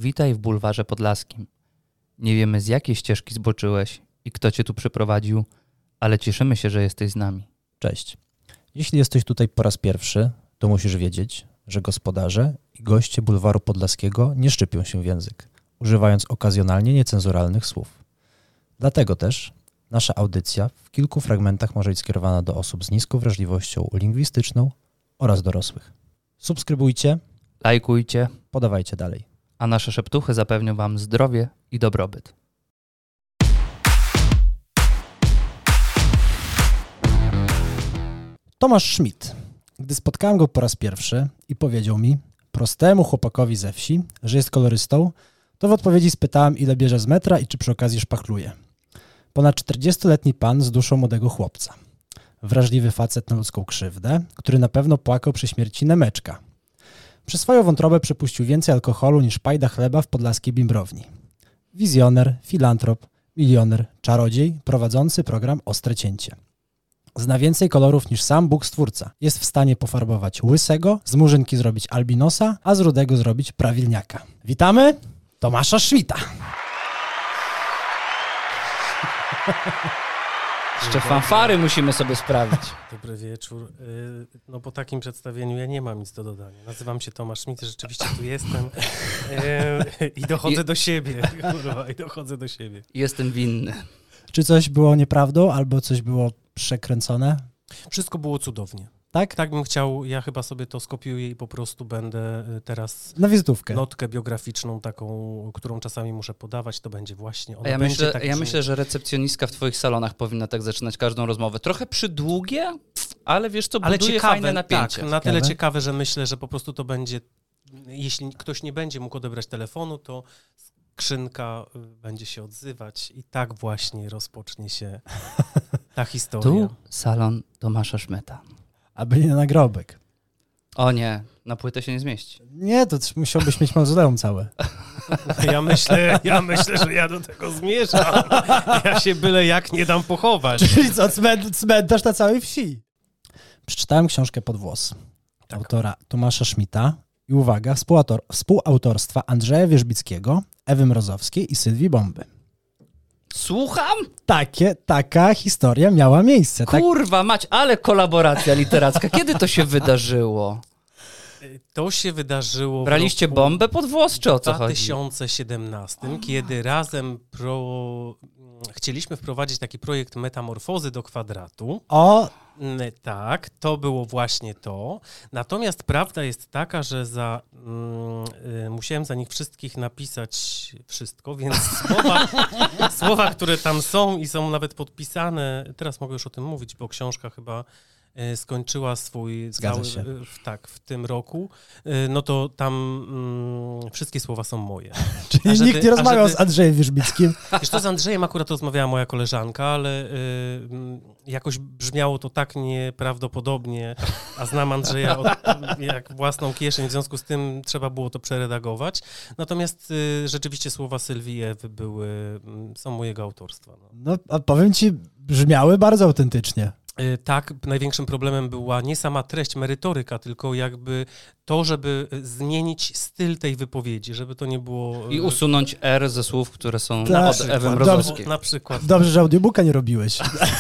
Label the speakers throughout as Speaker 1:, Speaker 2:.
Speaker 1: Witaj w Bulwarze Podlaskim. Nie wiemy, z jakiej ścieżki zboczyłeś i kto cię tu przyprowadził, ale cieszymy się, że jesteś z nami.
Speaker 2: Cześć. Jeśli jesteś tutaj po raz pierwszy, to musisz wiedzieć, że gospodarze i goście Bulwaru Podlaskiego nie szczypią się w język, używając okazjonalnie niecenzuralnych słów. Dlatego też nasza audycja w kilku fragmentach może być skierowana do osób z niską wrażliwością lingwistyczną oraz dorosłych. Subskrybujcie,
Speaker 1: Lajkujcie,
Speaker 2: podawajcie dalej.
Speaker 1: a nasze szeptuchy zapewnią wam zdrowie i dobrobyt.
Speaker 2: Tomasz Schmidt. Gdy spotkałem go po raz pierwszy i powiedział mi, prostemu chłopakowi ze wsi, że jest kolorystą, to w odpowiedzi spytałem, ile bierze z metra i czy przy okazji szpachluje. Ponad 40-letni pan z duszą młodego chłopca. Wrażliwy facet na ludzką krzywdę, który na pewno płakał przy śmierci Nemeczka. Przez swoją wątrobę przepuścił więcej alkoholu niż pajda chleba w podlaskiej bimbrowni. Wizjoner, filantrop, milioner, czarodziej, prowadzący program Ostre Cięcie. Zna więcej kolorów niż sam Bóg Stwórca. Jest w stanie pofarbować łysego, z murzynki zrobić albinosa, a z rudego zrobić prawilniaka. Witamy Tomasza Schmidta.
Speaker 1: Jeszcze fanfary musimy sobie sprawić.
Speaker 3: Dobry wieczór. No po takim przedstawieniu ja nie mam nic do dodania. Nazywam się Tomasz Schmidt, rzeczywiście tu jestem i dochodzę do siebie. Kurwa, i dochodzę do siebie.
Speaker 1: Jestem winny.
Speaker 2: Czy coś było nieprawdą albo coś było przekręcone?
Speaker 3: Wszystko było cudownie.
Speaker 2: Tak?
Speaker 3: Tak bym chciał, ja chyba sobie to skopiuję i po prostu będę teraz
Speaker 2: Na wizytówkę.
Speaker 3: notkę biograficzną taką, którą czasami muszę podawać, to będzie właśnie ona.
Speaker 1: A
Speaker 3: będzie tak
Speaker 1: ja myślę, że recepcjonistka w twoich salonach powinna tak zaczynać każdą rozmowę. Trochę przydługie, ale wiesz co, buduje
Speaker 3: ciekawe,
Speaker 1: fajne napięcie.
Speaker 3: Tak, na tyle ciekawe, że myślę, że po prostu to będzie, jeśli ktoś nie będzie mógł odebrać telefonu, to skrzynka będzie się odzywać i tak właśnie rozpocznie się ta historia.
Speaker 1: Tu salon Tomasza Schmidta.
Speaker 2: Aby nie na nagrobek.
Speaker 1: O nie, na płytę się nie zmieści.
Speaker 2: Nie, to musiałbyś mieć mauzoleum całe.
Speaker 3: Ja myślę, że ja do tego zmierzam. Ja się byle jak nie dam pochować.
Speaker 2: Czyli co, cmentarz na całej wsi. Przeczytałem książkę Pod włos autora Tomasza Schmidta i uwaga, współautorstwa Andrzeja Wierzbickiego, Ewy Mrozowskiej i Sylwii Bomby.
Speaker 1: Słucham?
Speaker 2: Taka historia miała miejsce. Tak?
Speaker 1: Kurwa mać, ale kolaboracja literacka. Kiedy to się wydarzyło?
Speaker 3: To się wydarzyło
Speaker 1: Braliście
Speaker 3: w roku
Speaker 1: bombę pod włos, czy o co chodzi?
Speaker 3: 2017, kiedy razem chcieliśmy wprowadzić taki projekt metamorfozy do kwadratu.
Speaker 2: O,
Speaker 3: Tak, to było właśnie to. Natomiast prawda jest taka, że musiałem za nich wszystkich napisać wszystko, więc słowa, które tam są i są nawet podpisane, teraz mogę już o tym mówić, bo książka chyba skończyła swój w tym roku, no to tam wszystkie słowa są moje.
Speaker 2: czyli nikt nie rozmawiał z Andrzejem Wierzbickim.
Speaker 3: Wiesz, to z Andrzejem akurat rozmawiała moja koleżanka, ale jakoś brzmiało to tak nieprawdopodobnie, a znam Andrzeja jak własną kieszeń, w związku z tym trzeba było to przeredagować. Natomiast rzeczywiście słowa Sylwii i Ewy są mojego autorstwa.
Speaker 2: No, a powiem ci, brzmiały bardzo autentycznie.
Speaker 3: Tak, największym problemem była nie sama treść, merytoryka, tylko jakby to, żeby zmienić styl tej wypowiedzi, żeby to nie było...
Speaker 1: I usunąć R ze słów, które są
Speaker 2: Tak.
Speaker 1: od Ewy Mrozowskiej.
Speaker 3: Na przykład.
Speaker 2: Dobrze, że audiobooka nie robiłeś.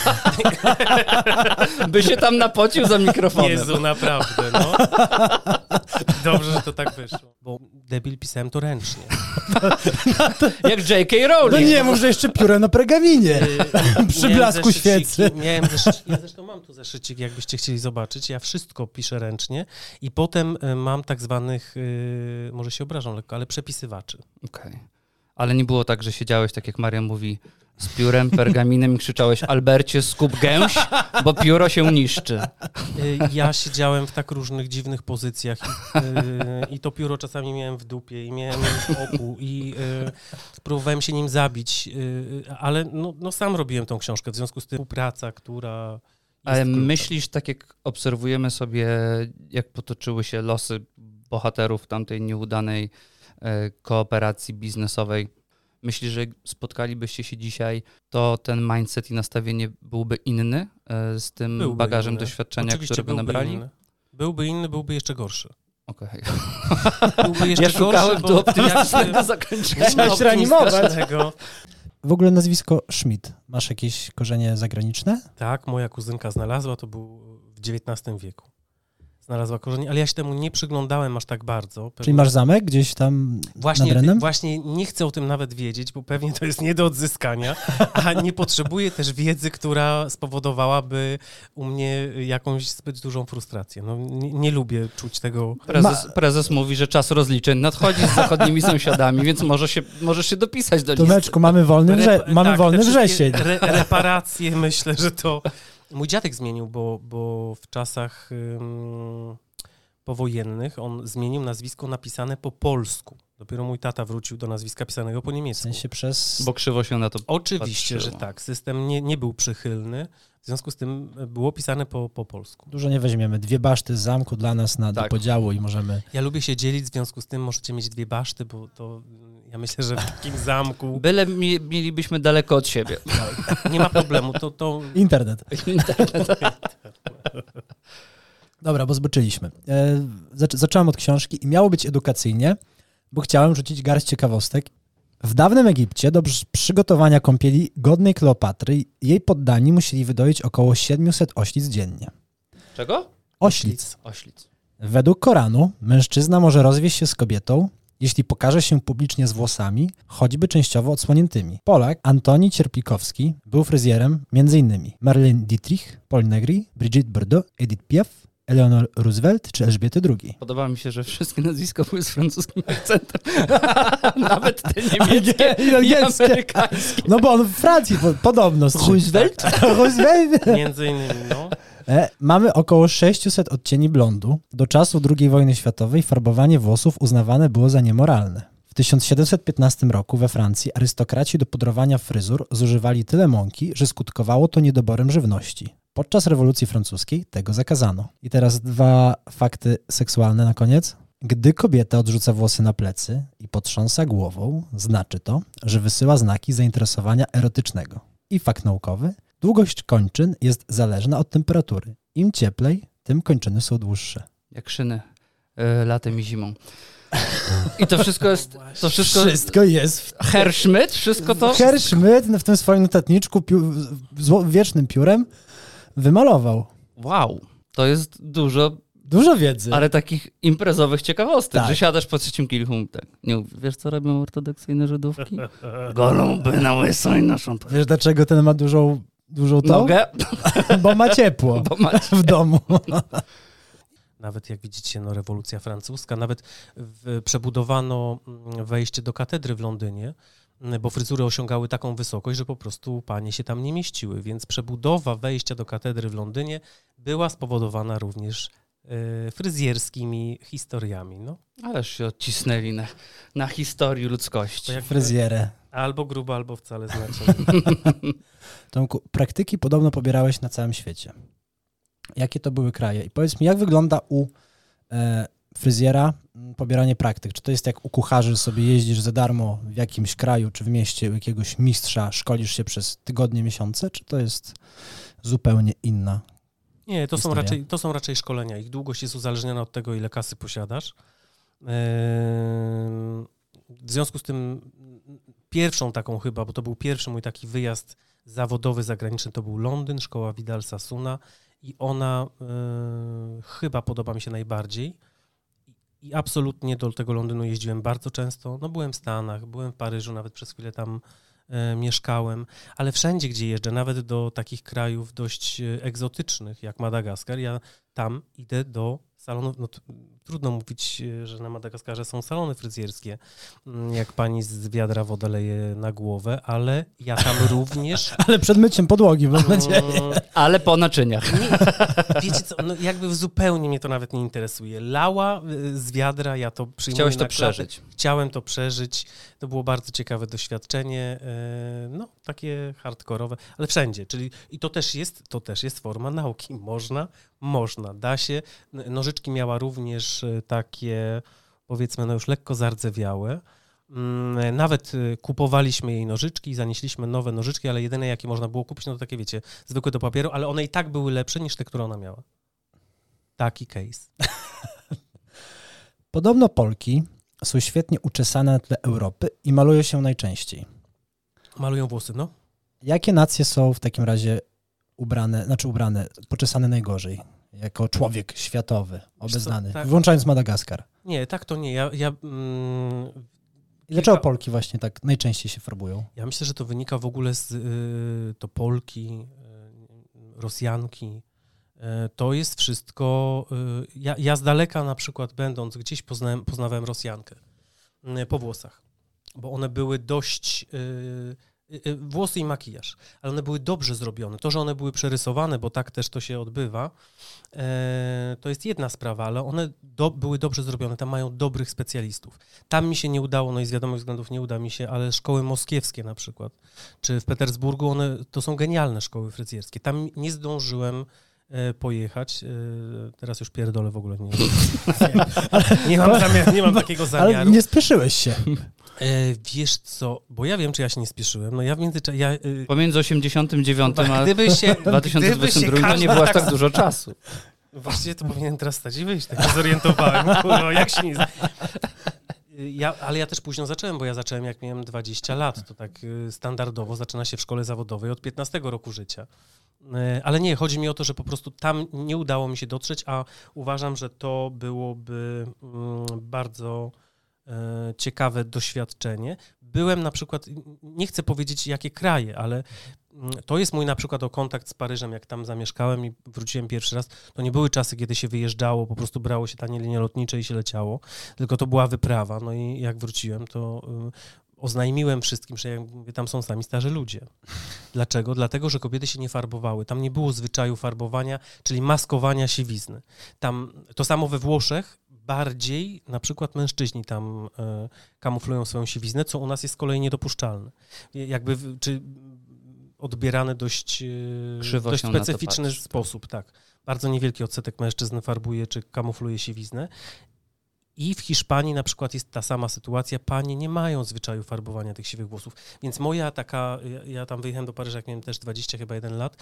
Speaker 1: By się tam napocił za mikrofonem.
Speaker 3: Jezu, naprawdę, no. Dobrze, że to tak wyszło. Bo debil pisałem to ręcznie.
Speaker 1: Jak J.K. Rowling.
Speaker 2: No nie, może jeszcze pióro na pergaminie. Przy blasku świecy.
Speaker 3: Ja zresztą mam tu zeszycik, jakbyście chcieli zobaczyć. Ja wszystko piszę ręcznie i potem mam tak zwanych, może się obrażą lekko, ale przepisywaczy.
Speaker 1: Okej. Ale nie było tak, że siedziałeś, tak jak Marian mówi, z piórem, pergaminem i krzyczałeś: Albercie, skup gęś, bo pióro się niszczy.
Speaker 3: Ja siedziałem w tak różnych dziwnych pozycjach i to pióro czasami miałem w dupie i miałem w oku i próbowałem się nim zabić, ale no sam robiłem tą książkę, w związku z tym praca, która...
Speaker 1: Ale myślisz, tak jak obserwujemy sobie, jak potoczyły się losy bohaterów tamtej nieudanej kooperacji biznesowej, myślisz, że spotkalibyście się dzisiaj, to ten mindset i nastawienie byłby inny z tym bagażem doświadczenia,
Speaker 3: Oczywiście
Speaker 1: którego nabrali?
Speaker 3: Inny. Byłby inny, byłby jeszcze gorszy.
Speaker 1: Okej.
Speaker 3: Byłby jeszcze
Speaker 1: Ja szukałem
Speaker 3: gorszy,
Speaker 1: tu
Speaker 3: bo
Speaker 1: optymistycznego zakończenia.
Speaker 2: Chciałeś reanimować.
Speaker 3: optymistycznego.
Speaker 2: W ogóle nazwisko Schmidt. Masz jakieś korzenie zagraniczne?
Speaker 3: Tak, moja kuzynka znalazła, to był w XIX wieku. Znalazła korzenie, ale ja się temu nie przyglądałem aż tak bardzo.
Speaker 2: Czyli masz zamek gdzieś tam nad Renem?
Speaker 3: Właśnie nie chcę o tym nawet wiedzieć, bo pewnie to jest nie do odzyskania, a nie potrzebuję też wiedzy, która spowodowałaby u mnie jakąś zbyt dużą frustrację. No, nie lubię czuć tego.
Speaker 1: Prezes mówi, że czas rozliczeń nadchodzi z zachodnimi sąsiadami, więc możesz się dopisać do listy.
Speaker 2: Tomeczku, mamy wolny, wolny wrzesień.
Speaker 3: Reparacje, myślę, że to... Mój dziadek zmienił, bo w czasach powojennych on zmienił nazwisko napisane po polsku. Dopiero mój tata wrócił do nazwiska pisanego po niemiecku.
Speaker 2: W sensie
Speaker 1: Bo krzywo się na to
Speaker 3: Oczywiście,
Speaker 1: patrzyło.
Speaker 3: że tak. System nie był przychylny, w związku z tym było pisane po polsku.
Speaker 2: Dużo nie weźmiemy. 2 baszty z zamku dla nas do podziału i możemy...
Speaker 3: Ja lubię się dzielić, w związku z tym możecie mieć 2 baszty, bo to ja myślę, że w takim zamku...
Speaker 1: Byle mielibyśmy daleko od siebie.
Speaker 3: Nie ma problemu, to...
Speaker 2: Internet. Dobra, bo zboczyliśmy. Zacząłem od książki i miało być edukacyjnie, bo chciałem rzucić garść ciekawostek. W dawnym Egipcie do przygotowania kąpieli godnej Kleopatry jej poddani musieli wydoić około 700 oślic dziennie.
Speaker 1: Czego?
Speaker 2: Oślic.
Speaker 1: Oślic.
Speaker 2: Według Koranu mężczyzna może rozwieść się z kobietą, jeśli pokaże się publicznie z włosami, choćby częściowo odsłoniętymi. Polak Antoni Cierplikowski był fryzjerem m.in. Marlene Dietrich, Paul Negri, Brigitte Bardot, Edith Piaf, Eleanor Roosevelt czy Elżbiety II.
Speaker 1: Podoba mi się, że wszystkie nazwiska były z francuskim akcentem. Nawet te niemieckie i amerykańskie.
Speaker 2: No bo on w Francji podobno.
Speaker 1: Roosevelt?
Speaker 2: Roosevelt.
Speaker 3: Między innymi, no.
Speaker 2: Mamy około 600 odcieni blondu. Do czasu II wojny światowej farbowanie włosów uznawane było za niemoralne. W 1715 roku we Francji arystokraci do pudrowania fryzur zużywali tyle mąki, że skutkowało to niedoborem żywności. Podczas rewolucji francuskiej tego zakazano. I teraz 2 fakty seksualne na koniec. Gdy kobieta odrzuca włosy na plecy i potrząsa głową, znaczy to, że wysyła znaki zainteresowania erotycznego. I fakt naukowy. Długość kończyn jest zależna od temperatury. Im cieplej, tym kończyny są dłuższe.
Speaker 1: Jak szyny latem i zimą. I to wszystko jest...
Speaker 2: Wszystko jest.
Speaker 1: Herr Schmidt? Wszystko to?
Speaker 2: Herr Schmidt w tym swoim notatniczku wiecznym piórem wymalował.
Speaker 1: Wow, to jest dużo
Speaker 2: wiedzy.
Speaker 1: Ale takich imprezowych ciekawostek,
Speaker 2: Tak.
Speaker 1: że siadasz po 3 kilku, tak. Nie, wiesz, co robią ortodoksyjne Żydówki? Goląby na łyso i noszą to.
Speaker 2: Wiesz, dlaczego ten ma dużą tą?
Speaker 1: Nogę?
Speaker 2: Bo ma ciepło w domu.
Speaker 3: Nawet jak widzicie, no, rewolucja francuska, nawet przebudowano wejście do katedry w Londynie, bo fryzury osiągały taką wysokość, że po prostu panie się tam nie mieściły, więc przebudowa wejścia do katedry w Londynie była spowodowana również fryzjerskimi historiami. No.
Speaker 1: Ależ się odcisnęli na historii ludzkości.
Speaker 2: Fryzjerę.
Speaker 3: Albo grubo, albo wcale znacznie.
Speaker 2: Tomku, praktyki podobno pobierałeś na całym świecie. Jakie to były kraje? I powiedz mi, jak wygląda u fryzjera pobieranie praktyk? Czy to jest jak u kucharzy, sobie jeździsz za darmo w jakimś kraju, czy w mieście u jakiegoś mistrza, szkolisz się przez tygodnie, miesiące, czy to jest zupełnie inna?
Speaker 3: Nie,
Speaker 2: historia?
Speaker 3: to są raczej szkolenia. Ich długość jest uzależniona od tego, ile kasy posiadasz. W związku z tym pierwszą taką chyba, bo to był pierwszy mój taki wyjazd zawodowy, zagraniczny, to był Londyn, szkoła Vidal Sassoona i ona chyba podoba mi się najbardziej. I absolutnie do tego Londynu jeździłem bardzo często. No byłem w Stanach, byłem w Paryżu, nawet przez chwilę tam mieszkałem, ale wszędzie, gdzie jeżdżę, nawet do takich krajów dość egzotycznych, jak Madagaskar, ja tam idę do salonów, no trudno mówić, że na Madagaskarze są salony fryzjerskie, jak pani z wiadra wodę leje na głowę, ale ja tam również...
Speaker 2: Ale przed myciem podłogi, mam nadzieję.
Speaker 1: Ale po naczyniach.
Speaker 3: Nie, wiecie co, no jakby zupełnie mnie to nawet nie interesuje. Lała z wiadra, ja to przyjmuję.
Speaker 1: Chciałeś to przeżyć.
Speaker 3: Chciałem to przeżyć. To było bardzo ciekawe doświadczenie, no takie hardkorowe, ale wszędzie, czyli i to też jest forma nauki. Można, da się. Nożyczki miała również takie, powiedzmy, no już lekko zardzewiałe. Nawet kupowaliśmy jej nożyczki i zanieśliśmy nowe nożyczki, ale jedyne, jakie można było kupić, no to takie, wiecie, zwykłe do papieru, ale one i tak były lepsze niż te, które ona miała. Taki case.
Speaker 2: Podobno Polki są świetnie uczesane na tle Europy i malują się najczęściej.
Speaker 3: Malują włosy, no.
Speaker 2: Jakie nacje są w takim razie poczesane najgorzej? Jako człowiek światowy, obeznany,
Speaker 3: tak.
Speaker 2: Wyłączając Madagaskar.
Speaker 3: Nie, tak to nie.
Speaker 2: I dlaczego Polki właśnie tak najczęściej się farbują?
Speaker 3: Ja myślę, że to wynika w ogóle z to Polki, Rosjanki. To jest wszystko... Ja z daleka na przykład będąc gdzieś poznawałem Rosjankę po włosach, bo one były dość... Włosy i makijaż, ale one były dobrze zrobione. To, że one były przerysowane, bo tak też to się odbywa, to jest jedna sprawa, ale one były dobrze zrobione. Tam mają dobrych specjalistów. Tam mi się nie udało, no i z wiadomych względów nie uda mi się, ale szkoły moskiewskie na przykład, czy w Petersburgu, one to są genialne szkoły fryzjerskie. Tam nie zdążyłem pojechać. Teraz już pierdolę w ogóle. Nie mam takiego zamiaru.
Speaker 2: Ale nie spieszyłeś się.
Speaker 3: Wiesz co, bo ja wiem, czy ja się nie spieszyłem. No ja w międzyczasie...
Speaker 1: Pomiędzy 89 a 2022 to nie było aż tak dużo czasu.
Speaker 3: Właściwie to powinienem teraz stać i wyjść, tak się zorientowałem. Kurwa, jak się nie... Ale ja też późno zacząłem, bo ja zacząłem jak miałem 20 lat. To tak standardowo zaczyna się w szkole zawodowej od 15 roku życia. Ale nie, chodzi mi o to, że po prostu tam nie udało mi się dotrzeć, a uważam, że to byłoby bardzo ciekawe doświadczenie. Byłem na przykład, nie chcę powiedzieć jakie kraje, ale to jest mój na przykład kontakt z Paryżem, jak tam zamieszkałem i wróciłem pierwszy raz, to nie były czasy, kiedy się wyjeżdżało, po prostu brało się tanie linie lotnicze i się leciało, tylko to była wyprawa. No i jak wróciłem, to oznajmiłem wszystkim, że tam są sami starzy ludzie. Dlaczego? Dlatego, że kobiety się nie farbowały. Tam nie było zwyczaju farbowania, czyli maskowania siwizny. Tam to samo we Włoszech, bardziej na przykład mężczyźni tam kamuflują swoją siwiznę, co u nas jest z kolei niedopuszczalne. Jakby, czy odbierane dość specyficzny sposób, tak. Bardzo niewielki odsetek mężczyzn farbuje czy kamufluje siwiznę. I w Hiszpanii na przykład jest ta sama sytuacja. Panie nie mają zwyczaju farbowania tych siwych włosów. Więc ja tam wyjechałem do Paryża, jak miałem też 21 lat,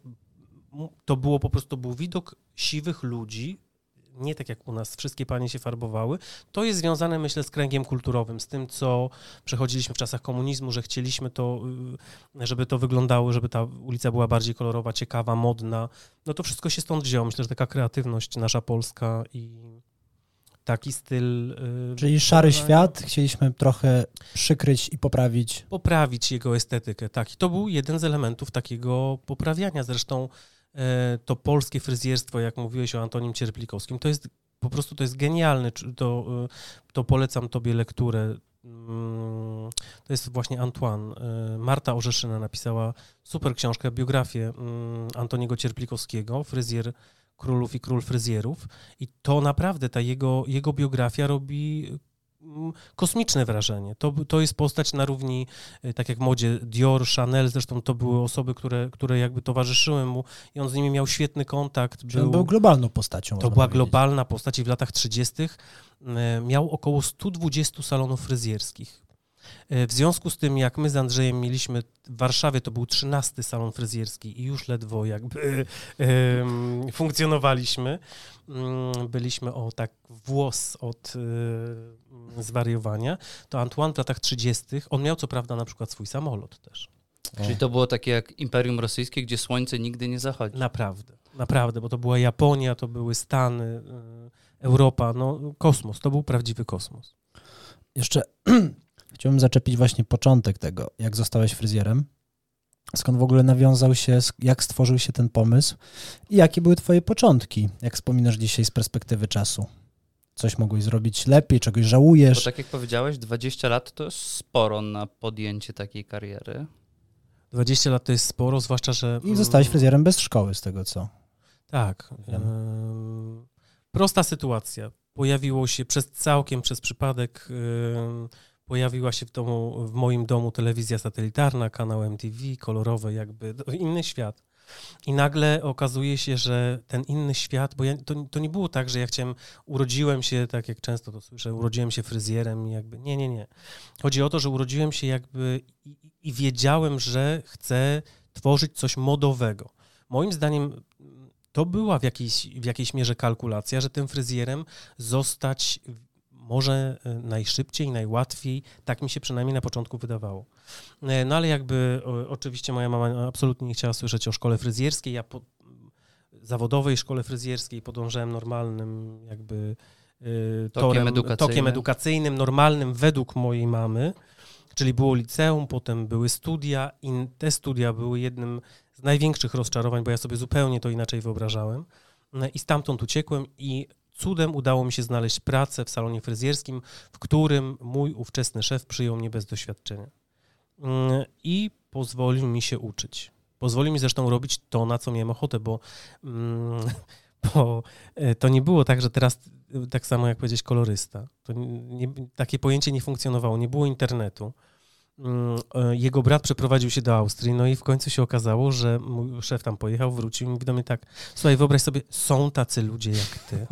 Speaker 3: to było po prostu, był widok siwych ludzi, nie tak jak u nas, wszystkie panie się farbowały. To jest związane, myślę, z kręgiem kulturowym, z tym, co przechodziliśmy w czasach komunizmu, że chcieliśmy to, żeby to wyglądało, żeby ta ulica była bardziej kolorowa, ciekawa, modna. No to wszystko się stąd wzięło. Myślę, że taka kreatywność nasza polska i taki styl...
Speaker 2: Czyli szary świat chcieliśmy trochę przykryć i poprawić.
Speaker 3: Poprawić jego estetykę, tak. I to był jeden z elementów takiego poprawiania. Zresztą to polskie fryzjerstwo, jak mówiłeś o Antonim Cierplikowskim, to jest po prostu genialne. To polecam tobie lekturę. To jest właśnie Antoine. Marta Orzeszyna napisała super książkę, biografię Antoniego Cierplikowskiego, fryzjer królów i król fryzjerów. I to naprawdę, ta jego biografia robi kosmiczne wrażenie. To jest postać na równi, tak jak w modzie Dior, Chanel, zresztą to były osoby, które jakby towarzyszyły mu i on z nimi miał świetny kontakt.
Speaker 2: On był globalną postacią.
Speaker 3: To była globalna postać i w latach 30. miał około 120 salonów fryzjerskich. W związku z tym, jak my z Andrzejem mieliśmy w Warszawie, to był 13 salon fryzjerski i już ledwo jakby funkcjonowaliśmy. Byliśmy włos od zwariowania. To Antoine w latach 30. on miał co prawda na przykład swój samolot też.
Speaker 1: Czyli to było takie jak Imperium Rosyjskie, gdzie słońce nigdy nie zachodzi.
Speaker 3: Naprawdę, bo to była Japonia, to były Stany, Europa, kosmos, to był prawdziwy kosmos.
Speaker 2: Jeszcze chciałbym zaczepić właśnie początek tego, jak zostałeś fryzjerem, skąd w ogóle nawiązał się, jak stworzył się ten pomysł i jakie były twoje początki, jak wspominasz dzisiaj z perspektywy czasu. Coś mogłeś zrobić lepiej, czegoś żałujesz?
Speaker 1: Bo tak jak powiedziałeś, 20 lat to jest sporo na podjęcie takiej kariery.
Speaker 3: 20 lat to jest sporo, zwłaszcza, że...
Speaker 2: I zostałeś fryzjerem bez szkoły, z tego co...
Speaker 3: Tak. Prosta sytuacja. Pojawiło się przez przypadek... Pojawiła się w moim domu telewizja satelitarna, kanał MTV, kolorowe, jakby inny świat. I nagle okazuje się, że ten inny świat, bo to nie było tak, że ja urodziłem się, tak jak często to słyszę, urodziłem się fryzjerem i jakby, nie. Chodzi o to, że urodziłem się jakby i wiedziałem, że chcę tworzyć coś modowego. Moim zdaniem to była w jakiejś mierze kalkulacja, że tym fryzjerem zostać może najszybciej, najłatwiej, tak mi się przynajmniej na początku wydawało. No ale jakby oczywiście moja mama absolutnie nie chciała słyszeć o szkole fryzjerskiej, ja po zawodowej szkole fryzjerskiej podążałem normalnym jakby tokiem edukacyjnym, normalnym według mojej mamy, czyli było liceum, potem były studia i te studia były jednym z największych rozczarowań, bo ja sobie zupełnie to inaczej wyobrażałem i stamtąd uciekłem i cudem udało mi się znaleźć pracę w salonie fryzjerskim, w którym mój ówczesny szef przyjął mnie bez doświadczenia i pozwolił mi się uczyć. Pozwolił mi zresztą robić to, na co miałem ochotę, bo to nie było tak, że teraz tak samo jak powiedzieć kolorysta. Takie pojęcie nie funkcjonowało, nie było internetu. Jego brat przeprowadził się do Austrii, no i w końcu się okazało, że mój szef tam pojechał, wrócił i mówi do mnie tak: słuchaj, wyobraź sobie, są tacy ludzie jak ty.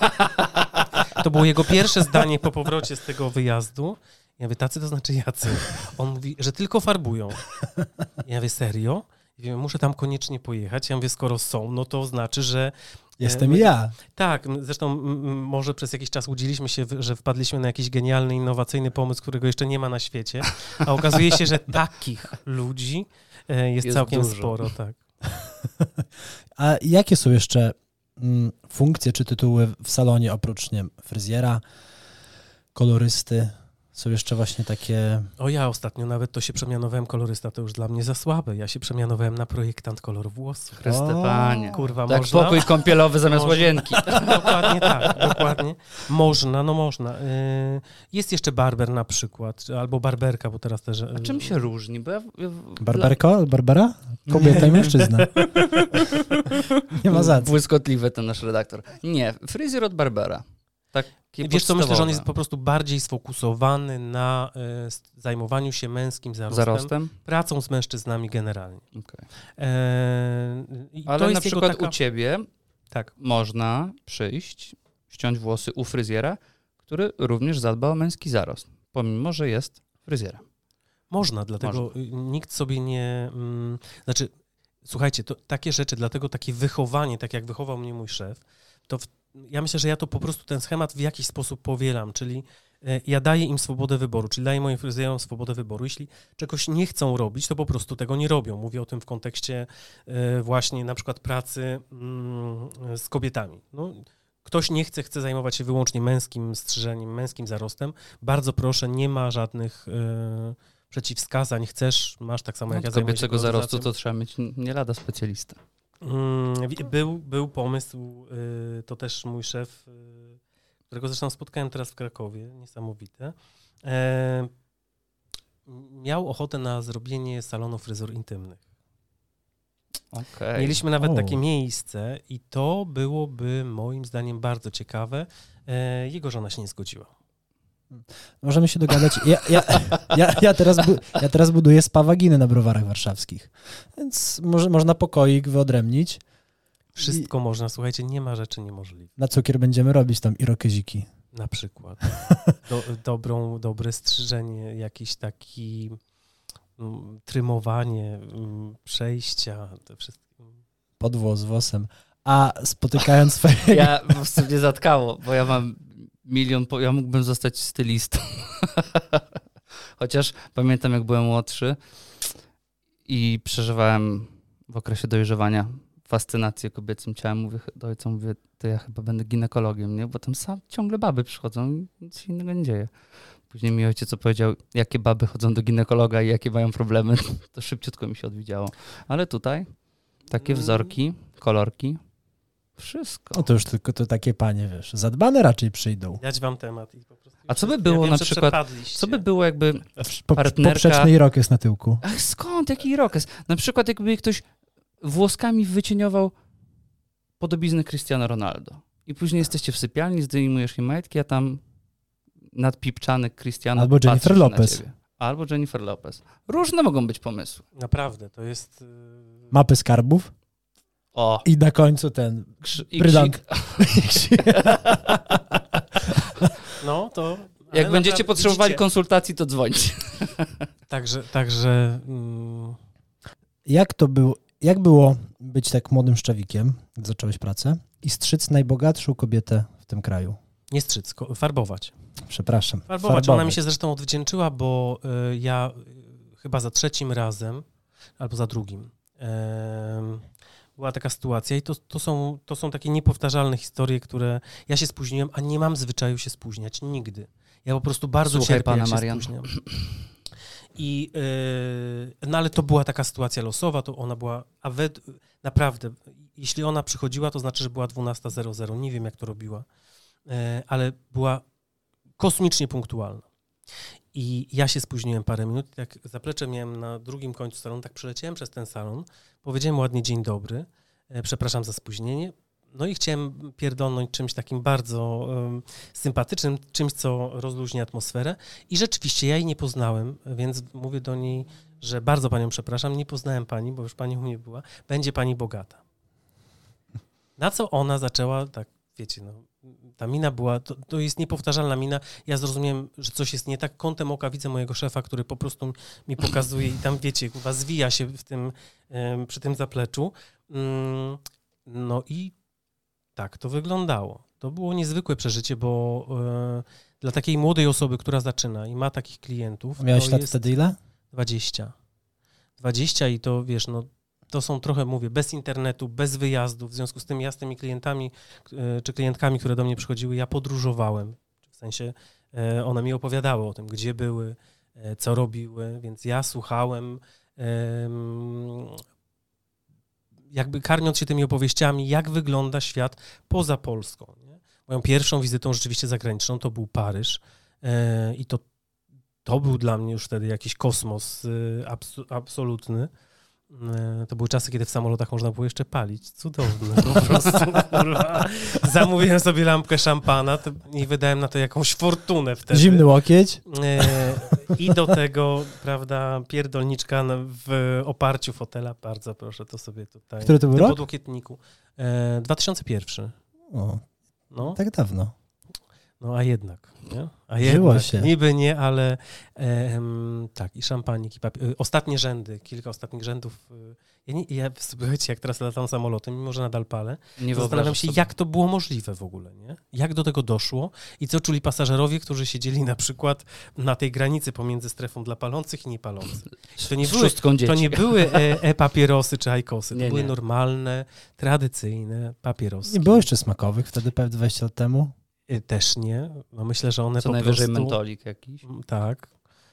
Speaker 3: To było jego pierwsze zdanie po powrocie z tego wyjazdu. Ja mówię, tacy to znaczy jacy? On mówi, że tylko farbują. Ja mówię, serio? Ja mówię, muszę tam koniecznie pojechać. Ja mówię, skoro są, no to znaczy, że...
Speaker 2: Jestem ja.
Speaker 3: Tak, zresztą może przez jakiś czas łudziliśmy się, że wpadliśmy na jakiś genialny, innowacyjny pomysł, którego jeszcze nie ma na świecie, a okazuje się, że takich ludzi jest całkiem dużo. Sporo. Tak.
Speaker 2: A jakie są jeszcze funkcje czy tytuły w salonie oprócz, nie wiem, fryzjera, kolorysty? Są jeszcze właśnie takie...
Speaker 3: Ja ostatnio nawet to się przemianowałem, kolorysta to już dla mnie za słabe. Ja się przemianowałem na projektant koloru włosów.
Speaker 1: Chryste Panie.
Speaker 3: Kurwa,
Speaker 1: tak można? Pokój kąpielowy zamiast łazienki.
Speaker 3: Dokładnie tak, dokładnie. Można. Jest jeszcze barber na przykład, albo barberka, bo teraz też...
Speaker 1: A czym się różni? Bo
Speaker 2: Barberka? Barbera? Kobieta i mężczyzna. Nie ma za co.
Speaker 1: Błyskotliwy ten nasz redaktor. Nie, fryzjer od barbera.
Speaker 3: Wiesz co, myślę, że on jest po prostu bardziej sfokusowany na zajmowaniu się męskim zarostem? Pracą z mężczyznami generalnie.
Speaker 1: Okay.
Speaker 3: Ale to jest
Speaker 1: na przykład u ciebie można przyjść, ściąć włosy u fryzjera, który również zadba o męski zarost, pomimo że jest fryzjerem.
Speaker 3: Można, dlatego nikt sobie nie... Znaczy, słuchajcie, to takie rzeczy, dlatego takie wychowanie, tak jak wychował mnie mój szef, to ja myślę, że ja to po prostu ten schemat w jakiś sposób powielam, czyli ja daję im swobodę wyboru, czyli daję moim fryzjerom swobodę wyboru. Jeśli czegoś nie chcą robić, to po prostu tego nie robią. Mówię o tym w kontekście właśnie na przykład pracy z kobietami. No, ktoś nie chce zajmować się wyłącznie męskim strzyżeniem, męskim zarostem. Bardzo proszę, nie ma żadnych przeciwwskazań. Chcesz, masz tak samo jak ja zajmuję się
Speaker 1: kobiecego zarostu, to trzeba mieć nie lada specjalista.
Speaker 3: Był pomysł, to też mój szef, którego zresztą spotkałem teraz w Krakowie, niesamowite, miał ochotę na zrobienie salonu fryzur intymnych.
Speaker 1: Okay.
Speaker 3: Mieliśmy nawet takie miejsce i to byłoby moim zdaniem bardzo ciekawe. Jego żona się nie zgodziła.
Speaker 2: Możemy się dogadać. Ja teraz buduję spa waginy na Browarach Warszawskich, więc można pokoik wyodrębnić.
Speaker 3: Wszystko można, słuchajcie, nie ma rzeczy niemożliwych.
Speaker 2: Na cukier będziemy robić tam irokeziki.
Speaker 3: Na przykład. Dobre strzyżenie, jakiś taki trymowanie, przejścia, to wszystko.
Speaker 2: Podwłos włosem. A spotykając swoje...
Speaker 1: Ja po prostu mnie zatkało, bo ja mam ja mógłbym zostać stylistą. Chociaż pamiętam, jak byłem młodszy i przeżywałem w okresie dojrzewania fascynację kobiecym ciałem. Mówię do ojca, to ja chyba będę ginekologiem, nie? Bo tam ciągle baby przychodzą i nic się innego nie dzieje. Później mi ojciec opowiedział, jakie baby chodzą do ginekologa i jakie mają problemy. To szybciutko mi się odwidziało. Ale tutaj takie wzorki, kolorki, wszystko.
Speaker 2: No to już tylko to takie panie, wiesz, zadbane raczej przyjdą.
Speaker 3: Dać wam temat. I po prostu
Speaker 1: a co by było na przykład, co by było jakby partnerka...
Speaker 2: Poprzeczny irokes na tyłku.
Speaker 1: Ach, skąd? Jaki irokes? Na przykład jakby ktoś włoskami wycieniował podobiznę Cristiano Ronaldo. I później jesteście w sypialni, zdejmujesz jej majtki, a tam nadpipczany Cristiano
Speaker 2: albo Jennifer Lopez.
Speaker 1: Albo Jennifer Lopez. Różne mogą być pomysły.
Speaker 3: Naprawdę, to jest...
Speaker 2: Mapy skarbów.
Speaker 1: O.
Speaker 2: I na końcu ten brylant.
Speaker 3: No to...
Speaker 1: Jak będziecie potrzebowali konsultacji, to dzwońcie.
Speaker 3: Także...
Speaker 2: Jak było być tak młodym szczawikiem, gdy zacząłeś pracę, i strzyc najbogatszą kobietę w tym kraju?
Speaker 3: Nie strzyc, farbować.
Speaker 2: Przepraszam.
Speaker 3: Farbować. Ona mi się zresztą odwdzięczyła, bo ja chyba za trzecim razem, albo za drugim, była taka sytuacja i to są takie niepowtarzalne historie, które ja się spóźniłem, a nie mam zwyczaju się spóźniać nigdy. Ja po prostu bardzo cierpię,
Speaker 1: pana
Speaker 3: jak się
Speaker 1: Marian.
Speaker 3: spóźniam. No ale to była taka sytuacja losowa, to ona była, naprawdę, jeśli ona przychodziła, to znaczy, że była 12:00, nie wiem jak to robiła, ale była kosmicznie punktualna. I ja się spóźniłem parę minut, jak zaplecze miałem na drugim końcu salonu, tak przeleciałem przez ten salon, powiedziałem ładnie dzień dobry, przepraszam za spóźnienie, no i chciałem pierdolnąć czymś takim bardzo sympatycznym, czymś, co rozluźni atmosferę i rzeczywiście ja jej nie poznałem, więc mówię do niej, że bardzo panią przepraszam, nie poznałem pani, bo już pani u mnie była, będzie pani bogata. Na co ona zaczęła, tak wiecie, no, ta mina była, to jest niepowtarzalna mina. Ja zrozumiałem, że coś jest nie tak. Kątem oka widzę mojego szefa, który po prostu mi pokazuje i tam, wiecie, chyba zwija się przy tym zapleczu. No i tak to wyglądało. To było niezwykłe przeżycie, bo dla takiej młodej osoby, która zaczyna i ma takich klientów...
Speaker 2: Miałeś lat wtedy ile?
Speaker 3: 20. 20 i to, wiesz, no to są trochę, mówię, bez internetu, bez wyjazdów. W związku z tym ja z tymi klientami czy klientkami, które do mnie przychodziły, ja podróżowałem. W sensie one mi opowiadały o tym, gdzie były, co robiły, więc ja słuchałem, jakby karmiąc się tymi opowieściami, jak wygląda świat poza Polską. Nie? Moją pierwszą wizytą rzeczywiście zagraniczną to był Paryż i to był dla mnie już wtedy jakiś kosmos absolutny. To były czasy, kiedy w samolotach można było jeszcze palić. Cudowne, po prostu. Kurwa. Zamówiłem sobie lampkę szampana i wydałem na to jakąś fortunę wtedy.
Speaker 2: Zimny łokieć.
Speaker 3: I do tego, prawda, pierdolniczka w oparciu fotela. Bardzo proszę, to sobie tutaj.
Speaker 2: Który to był rok?
Speaker 3: W podłokietniku. 2001.
Speaker 2: O,
Speaker 3: no.
Speaker 2: Tak dawno.
Speaker 3: No a jednak, nie? A
Speaker 2: Żyło
Speaker 3: jednak,
Speaker 2: się.
Speaker 3: niby nie, ale tak, i szampanik, i papier. Ostatnie rzędy, kilka ostatnich rzędów. Słuchajcie, jak teraz latam samolotem, mimo że nadal palę, zastanawiam się, jak to było możliwe w ogóle, nie? Jak do tego doszło i co czuli pasażerowie, którzy siedzieli na przykład na tej granicy pomiędzy strefą dla palących i niepalących. To nie były papierosy czy ajkosy, to były normalne, tradycyjne papierosy.
Speaker 2: Nie było jeszcze smakowych wtedy, pewnie 20 lat temu?
Speaker 3: Też nie. No myślę, że one
Speaker 1: co
Speaker 3: po
Speaker 1: najwyżej
Speaker 3: prostu...
Speaker 1: mentolik jakiś.
Speaker 3: Tak.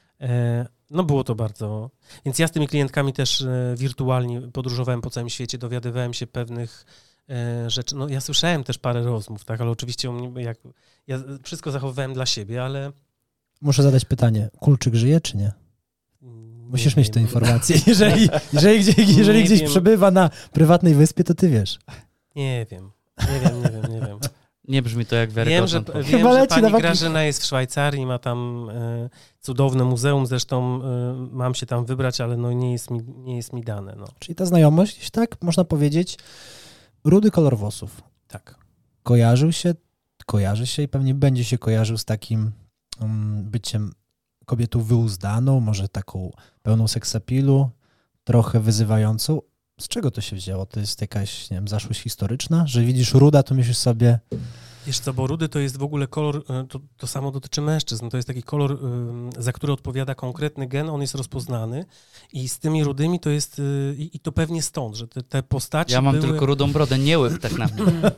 Speaker 3: No było to bardzo... Więc ja z tymi klientkami też wirtualnie podróżowałem po całym świecie, dowiadywałem się pewnych rzeczy. No ja słyszałem też parę rozmów, tak, ale oczywiście u mnie ja wszystko zachowywałem dla siebie, ale...
Speaker 2: Muszę zadać pytanie. Kulczyk żyje czy nie? Musisz mieć tę informację. Jeżeli gdzieś przebywa na prywatnej wyspie, to ty wiesz.
Speaker 3: Nie wiem.
Speaker 1: Nie brzmi to jak wiarygodne.
Speaker 3: Wiem, że pani Grażyna jest w Szwajcarii, ma tam cudowne muzeum, zresztą mam się tam wybrać, ale no nie jest mi dane. No.
Speaker 2: Czyli ta znajomość, tak można powiedzieć, rudy kolor włosów.
Speaker 3: Tak.
Speaker 2: Kojarzy się i pewnie będzie się kojarzył z takim byciem kobietą wyuzdaną, może taką pełną seksapilu, trochę wyzywającą. Z czego to się wzięło? To jest jakaś, nie wiem, zaszłość historyczna? Że widzisz ruda, to myślisz sobie...
Speaker 3: Wiesz co, bo rudy to jest w ogóle kolor, to samo dotyczy mężczyzn, to jest taki kolor, za który odpowiada konkretny gen, on jest rozpoznany i z tymi rudymi to jest, i to pewnie stąd, że te postaci
Speaker 1: Ja mam
Speaker 3: były...
Speaker 1: tylko rudą brodę, nie łyk tak naprawdę.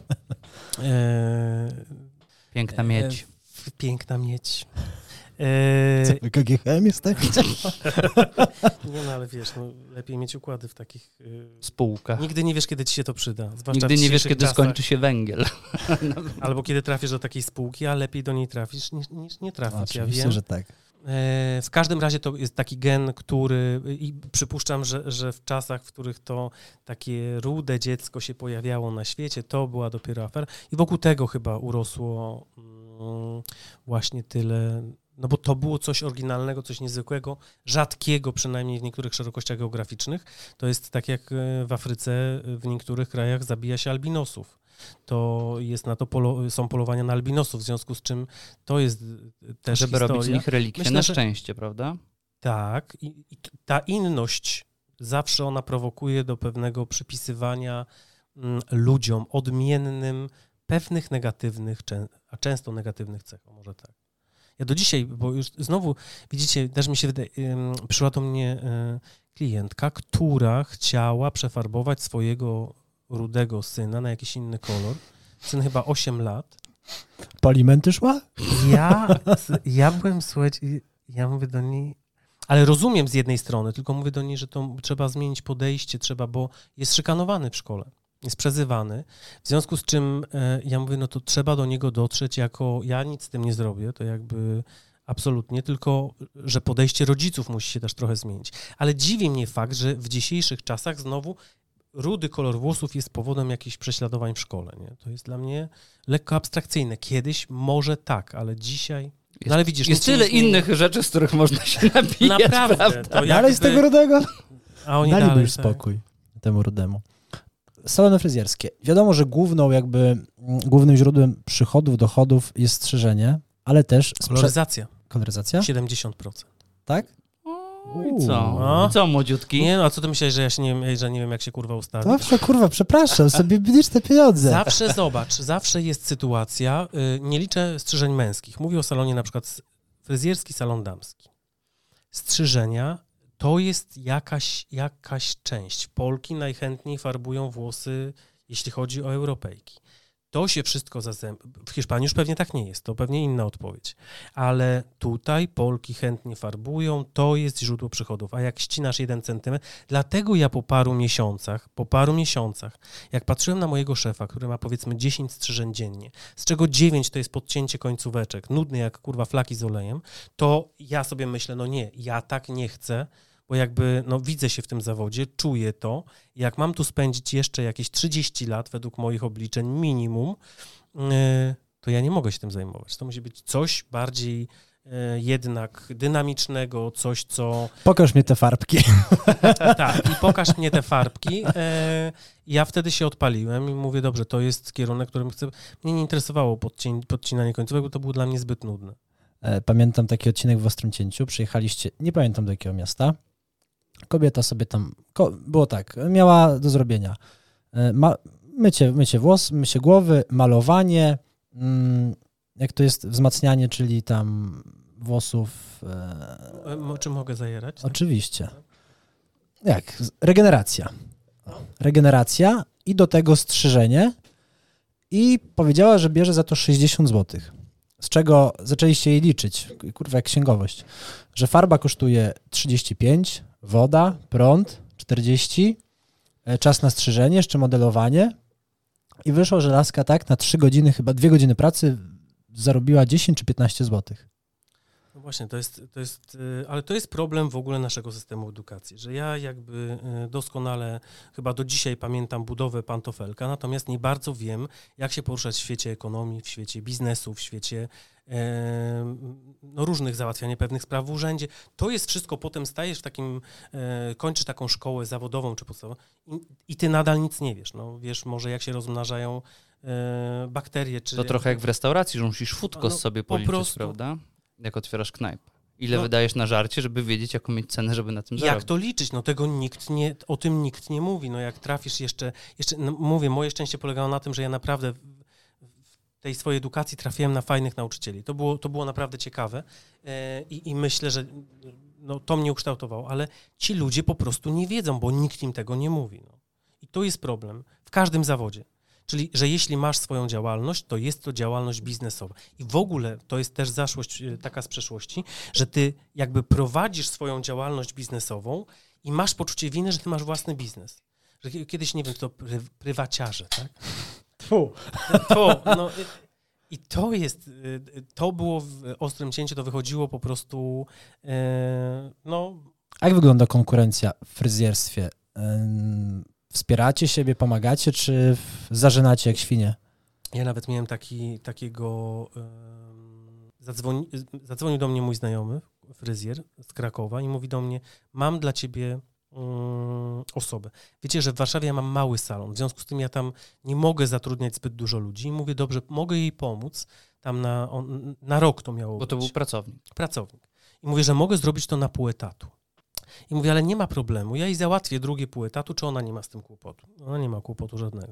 Speaker 1: Piękna miedź.
Speaker 3: Piękna miedź.
Speaker 2: Co, KGHM jest taki?
Speaker 3: Nie, no ale wiesz, no, lepiej mieć układy w takich
Speaker 1: spółkach.
Speaker 3: Nigdy nie wiesz, kiedy ci się to przyda.
Speaker 1: Nigdy nie wiesz, kiedy skończy się węgiel.
Speaker 3: Albo kiedy trafisz do takiej spółki, a lepiej do niej trafisz niż nie trafić.
Speaker 2: Oczywiście,
Speaker 3: ja wiem.
Speaker 2: że tak.
Speaker 3: W każdym razie to jest taki gen, który i przypuszczam, że w czasach, w których to takie rude dziecko się pojawiało na świecie, to była dopiero afera i wokół tego chyba urosło właśnie tyle, no bo to było coś oryginalnego, coś niezwykłego, rzadkiego przynajmniej w niektórych szerokościach geograficznych. To jest tak jak w Afryce, w niektórych krajach zabija się albinosów. To jest na to są polowania na albinosów, w związku z czym to jest też
Speaker 1: żeby
Speaker 3: historia.
Speaker 1: robić z nich relikwie na szczęście, prawda?
Speaker 3: Tak. I ta inność zawsze ona prowokuje do pewnego przypisywania ludziom odmiennym pewnych negatywnych a często negatywnych cech, może tak. Ja do dzisiaj, bo już znowu, widzicie, też mi się wydaje, przyszła do mnie klientka, która chciała przefarbować swojego rudego syna na jakiś inny kolor. Syn chyba 8 lat.
Speaker 2: Po alimenty szła?
Speaker 3: Ja byłem, słuchajcie, ja mówię do niej, ale rozumiem z jednej strony, tylko mówię do niej, że to trzeba zmienić podejście, bo jest szykanowany w szkole, jest przezywany, w związku z czym ja mówię, no to trzeba do niego dotrzeć jako, ja nic z tym nie zrobię, to jakby absolutnie, tylko że podejście rodziców musi się też trochę zmienić. Ale dziwi mnie fakt, że w dzisiejszych czasach znowu rudy kolor włosów jest powodem jakichś prześladowań w szkole, nie? To jest dla mnie lekko abstrakcyjne. Kiedyś może tak, ale dzisiaj... No ale widzisz,
Speaker 1: jest tyle innych rzeczy, z których można się nabijać,
Speaker 3: naprawdę,
Speaker 1: prawda?
Speaker 2: Dalej z tego rudego?
Speaker 3: A oni
Speaker 2: daliby
Speaker 3: dalej,
Speaker 2: już spokój temu rudemu. Salony fryzjerskie. Wiadomo, że głównym źródłem przychodów, dochodów jest strzyżenie, ale też...
Speaker 3: Koloryzacja.
Speaker 2: Koloryzacja?
Speaker 3: 70%.
Speaker 2: Tak?
Speaker 1: I co? I co, młodziutki?
Speaker 3: Nie, no a co ty myślałeś, że ja nie wiem, jak się kurwa ustawić?
Speaker 2: Dobrze, kurwa, przepraszam, sobie bierzesz te pieniądze.
Speaker 3: Zawsze zobacz, zawsze jest sytuacja, nie liczę strzyżeń męskich. Mówię o salonie na przykład fryzjerski, salon damski. Strzyżenia to jest jakaś część. Polki najchętniej farbują włosy, jeśli chodzi o Europejki. To się wszystko w Hiszpanii już pewnie tak nie jest, to pewnie inna odpowiedź. Ale tutaj Polki chętnie farbują, to jest źródło przychodów. A jak ścinasz 1 centymetr, dlatego ja po paru miesiącach, jak patrzyłem na mojego szefa, który ma powiedzmy 10 strzyżeń dziennie, z czego 9 to jest podcięcie końcóweczek, nudny jak kurwa flaki z olejem, to ja sobie myślę, no nie, ja tak nie chcę, bo jakby, no widzę się w tym zawodzie, czuję to. Jak mam tu spędzić jeszcze jakieś 30 lat, według moich obliczeń minimum, to ja nie mogę się tym zajmować. To musi być coś bardziej jednak dynamicznego, coś, co...
Speaker 2: Pokaż mnie te farbki.
Speaker 3: Tak, i pokaż mnie te farbki. Ja wtedy się odpaliłem i mówię, dobrze, to jest kierunek, którym chcę... Mnie nie interesowało podcinanie końcówek, bo to było dla mnie zbyt nudne.
Speaker 2: Pamiętam taki odcinek w Ostrym Cięciu, przyjechaliście, nie pamiętam do jakiego miasta, kobieta sobie tam, było tak, miała do zrobienia mycie włos, mycie głowy, malowanie, jak to jest wzmacnianie, czyli tam włosów.
Speaker 3: Czy mogę zajerać? Tak?
Speaker 2: Oczywiście. Jak? Regeneracja i do tego strzyżenie i powiedziała, że bierze za to 60 zł. Z czego zaczęliście jej liczyć, kurwa jak księgowość, że farba kosztuje 35, woda, prąd 40, czas na strzyżenie, jeszcze modelowanie i wyszło, że laska tak na 3 godziny, chyba 2 godziny pracy zarobiła 10 czy 15 zł.
Speaker 3: No właśnie, ale to jest problem w ogóle naszego systemu edukacji, że ja jakby doskonale chyba do dzisiaj pamiętam budowę pantofelka, natomiast nie bardzo wiem, jak się poruszać w świecie ekonomii, w świecie biznesu, w świecie różnych załatwiania pewnych spraw w urzędzie. To jest wszystko, potem stajesz w takim, kończysz taką szkołę zawodową czy podstawową i ty nadal nic nie wiesz. No, wiesz może jak się rozmnażają bakterie. Czy
Speaker 1: to trochę jak w restauracji, że musisz food cost sobie policzyć, prawda? Jak otwierasz knajpę. Ile wydajesz na żarcie, żeby wiedzieć, jaką mieć cenę, żeby na tym zarobić.
Speaker 3: Jak to liczyć? No tego o tym nikt nie mówi. No jak trafisz jeszcze no mówię, moje szczęście polegało na tym, że ja naprawdę w tej swojej edukacji trafiłem na fajnych nauczycieli. To było naprawdę ciekawe i myślę, że no, to mnie ukształtowało, ale ci ludzie po prostu nie wiedzą, bo nikt im tego nie mówi. No. I to jest problem w każdym zawodzie. Czyli, że jeśli masz swoją działalność, to jest to działalność biznesowa. I w ogóle to jest też zaszłość taka z przeszłości, że ty jakby prowadzisz swoją działalność biznesową i masz poczucie winy, że ty masz własny biznes. Że kiedyś, nie wiem, to prywaciarze, tak? No, i to było w Ostrym Cięciu, to wychodziło po prostu, no...
Speaker 2: A jak wygląda konkurencja w fryzjerstwie? Wspieracie siebie, pomagacie, czy zażynacie jak świnie?
Speaker 3: Ja nawet miałem takiego... Zadzwonił do mnie mój znajomy, fryzjer z Krakowa i mówi do mnie, mam dla ciebie osobę. Wiecie, że w Warszawie ja mam mały salon, w związku z tym ja tam nie mogę zatrudniać zbyt dużo ludzi i mówię, dobrze, mogę jej pomóc, tam na rok to miało być.
Speaker 1: Bo to był pracownik.
Speaker 3: Pracownik. I mówię, że mogę zrobić to na pół etatu. I mówię, ale nie ma problemu, ja jej załatwię drugie pół etatu, czy ona nie ma z tym kłopotu? Ona nie ma kłopotu żadnego.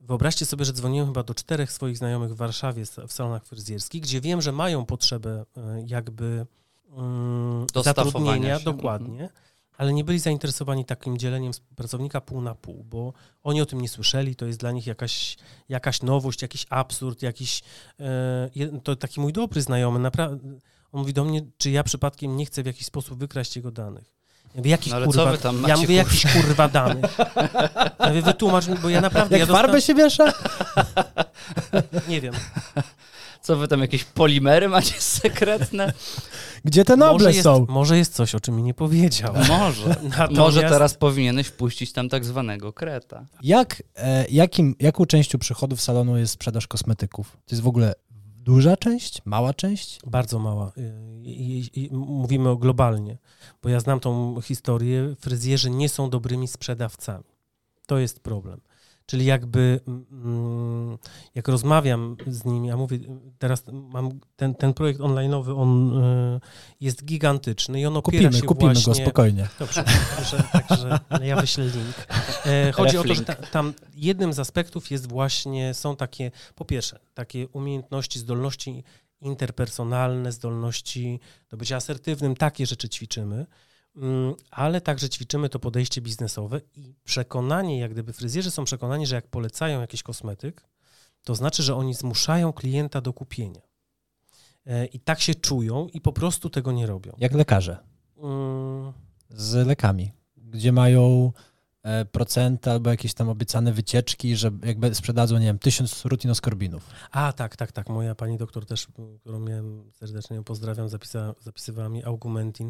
Speaker 3: wyobraźcie sobie, że dzwoniłem chyba do 4 swoich znajomych w Warszawie w salonach fryzjerskich, gdzie wiem, że mają potrzebę jakby zatrudnienia, dokładnie, ale nie byli zainteresowani takim dzieleniem pracownika pół na pół, bo oni o tym nie słyszeli, to jest dla nich jakaś nowość, jakiś absurd, to taki mój dobry znajomy, naprawdę, on mówi do mnie, czy ja przypadkiem nie chcę w jakiś sposób wykraść jego danych. Ja mówię, jakich jakichś kurwa danych? Ja mówię, wytłumacz mi, bo ja naprawdę...
Speaker 2: Jak farbę się miesza?
Speaker 3: Nie wiem.
Speaker 1: Co wy tam, jakieś polimery macie sekretne?
Speaker 2: Gdzie te noble są?
Speaker 3: Może jest coś, o czym mi nie powiedział.
Speaker 1: Może teraz powinieneś wpuścić tam tak zwanego kreta.
Speaker 2: Jaką częścią przychodów salonu jest sprzedaż kosmetyków? To jest w ogóle duża część? Mała część?
Speaker 3: Bardzo mała. I mówimy globalnie, bo ja znam tą historię. Fryzjerzy nie są dobrymi sprzedawcami. To jest problem. Czyli jakby jak rozmawiam z nimi, ja mówię, teraz mam ten projekt online'owy, on jest gigantyczny i on opiera się
Speaker 2: Kupimy
Speaker 3: właśnie...
Speaker 2: go spokojnie.
Speaker 3: Dobrze, także ja wyślę link. Chodzi o to, że tam jednym z aspektów jest właśnie, są takie, po pierwsze, takie umiejętności, zdolności interpersonalne, zdolności do bycia asertywnym, takie rzeczy ćwiczymy, ale także ćwiczymy to podejście biznesowe i przekonanie, jak gdyby fryzjerzy są przekonani, że jak polecają jakiś kosmetyk, to znaczy, że oni zmuszają klienta do kupienia. I tak się czują i po prostu tego nie robią.
Speaker 2: Jak lekarze. Z lekami, gdzie mają procenty albo jakieś tam obiecane wycieczki, że jakby sprzedadzą, nie wiem, 1000 rutinoskorbinów.
Speaker 3: Tak. Moja pani doktor też, którą miałem serdecznie pozdrawiam, zapisywała mi Augmentin.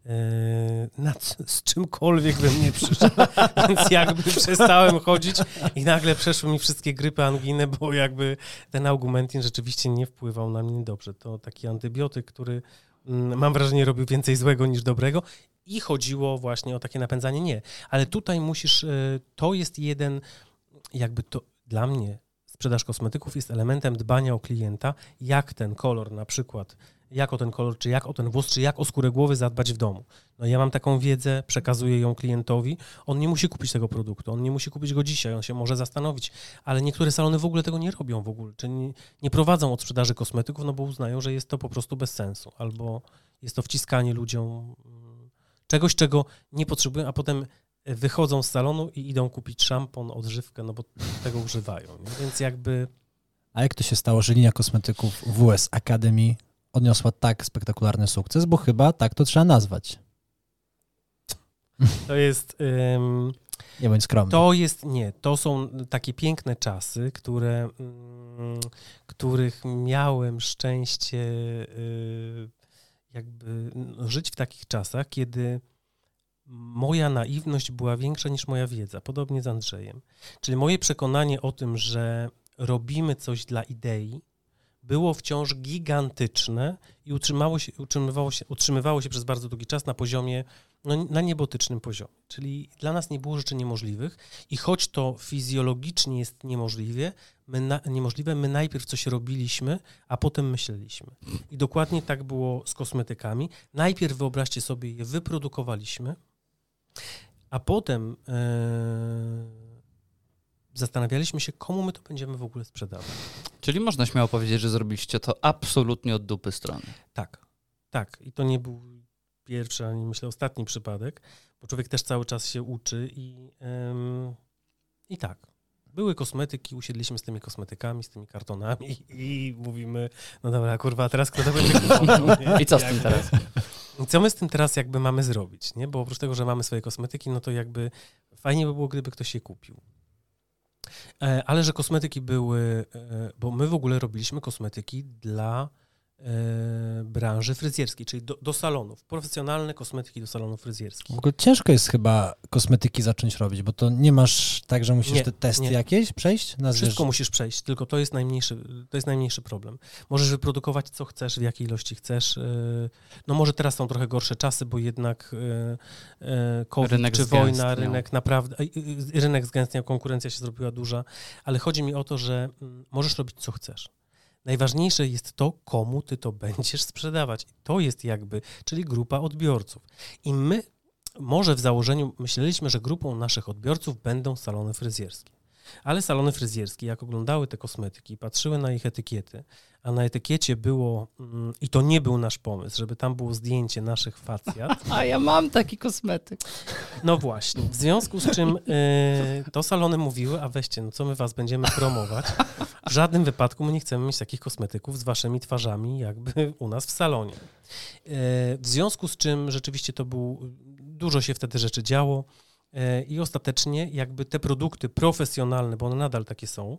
Speaker 3: Z czymkolwiek bym nie przyszedł, więc jakby przestałem chodzić i nagle przeszły mi wszystkie grypy, anginy, bo jakby ten Augmentin rzeczywiście nie wpływał na mnie dobrze. To taki antybiotyk, który mam wrażenie robił więcej złego niż dobrego i chodziło właśnie o takie napędzanie. Nie, ale tutaj musisz, to jest jeden, jakby to dla mnie sprzedaż kosmetyków jest elementem dbania o klienta, jak ten kolor na przykład, jak o ten kolor, czy jak o ten włos, czy jak o skórę głowy zadbać w domu. No ja mam taką wiedzę, przekazuję ją klientowi, on nie musi kupić tego produktu, on nie musi kupić go dzisiaj, on się może zastanowić, ale niektóre salony w ogóle tego nie robią w ogóle, czyli nie prowadzą od sprzedaży kosmetyków, no bo uznają, że jest to po prostu bez sensu, albo jest to wciskanie ludziom czegoś, czego nie potrzebują, a potem wychodzą z salonu i idą kupić szampon, odżywkę, no bo tego używają, nie? Więc jakby...
Speaker 2: A jak to się stało, że linia kosmetyków WS Academy odniosła tak spektakularny sukces, bo chyba tak to trzeba nazwać.
Speaker 3: To jest...
Speaker 2: nie bądź skromny.
Speaker 3: To są takie piękne czasy, których miałem szczęście jakby żyć w takich czasach, kiedy moja naiwność była większa niż moja wiedza, podobnie z Andrzejem. Czyli moje przekonanie o tym, że robimy coś dla idei, było wciąż gigantyczne i utrzymywało się przez bardzo długi czas na poziomie, no, na niebotycznym poziomie. Czyli dla nas nie było rzeczy niemożliwych i choć to fizjologicznie jest niemożliwe, my najpierw coś robiliśmy, a potem myśleliśmy. I dokładnie tak było z kosmetykami. Najpierw, wyobraźcie sobie, je wyprodukowaliśmy, a potem zastanawialiśmy się, komu my to będziemy w ogóle sprzedawać.
Speaker 1: Czyli można śmiało powiedzieć, że zrobiliście to absolutnie od dupy strony.
Speaker 3: Tak. I to nie był pierwszy, ani myślę ostatni przypadek, bo człowiek też cały czas się uczy i tak. Były kosmetyki, usiedliśmy z tymi kosmetykami, z tymi kartonami i mówimy, no dobra, kurwa, teraz kto to będzie kupował?
Speaker 1: I co z tym teraz?
Speaker 3: I co my z tym teraz jakby mamy zrobić, nie? Bo oprócz tego, że mamy swoje kosmetyki, no to jakby fajnie by było, gdyby ktoś je kupił. Ale że kosmetyki były, bo my w ogóle robiliśmy kosmetyki dla branży fryzjerskiej, czyli do salonów. Profesjonalne kosmetyki do salonów fryzjerskich.
Speaker 2: W ogóle ciężko jest chyba kosmetyki zacząć robić, bo to nie masz tak, że musisz te testy jakieś przejść?
Speaker 3: Wszystko musisz przejść, tylko to jest najmniejszy problem. Możesz wyprodukować co chcesz, w jakiej ilości chcesz. No może teraz są trochę gorsze czasy, bo jednak COVID
Speaker 1: rynek
Speaker 3: czy wojna, rynek zgęstniał, konkurencja się zrobiła duża, ale chodzi mi o to, że możesz robić co chcesz. Najważniejsze jest to, komu ty to będziesz sprzedawać. To jest jakby, czyli grupa odbiorców. I my może w założeniu myśleliśmy, że grupą naszych odbiorców będą salony fryzjerskie. Ale salony fryzjerskie, jak oglądały te kosmetyki, patrzyły na ich etykiety, a na etykiecie było, i to nie był nasz pomysł, żeby tam było zdjęcie naszych facjat.
Speaker 1: A ja mam taki kosmetyk.
Speaker 3: No właśnie, w związku z czym to salony mówiły, a weźcie, no co my was będziemy promować? W żadnym wypadku my nie chcemy mieć takich kosmetyków z waszymi twarzami jakby u nas w salonie. W związku z czym rzeczywiście dużo się wtedy rzeczy działo i ostatecznie jakby te produkty profesjonalne, bo one nadal takie są,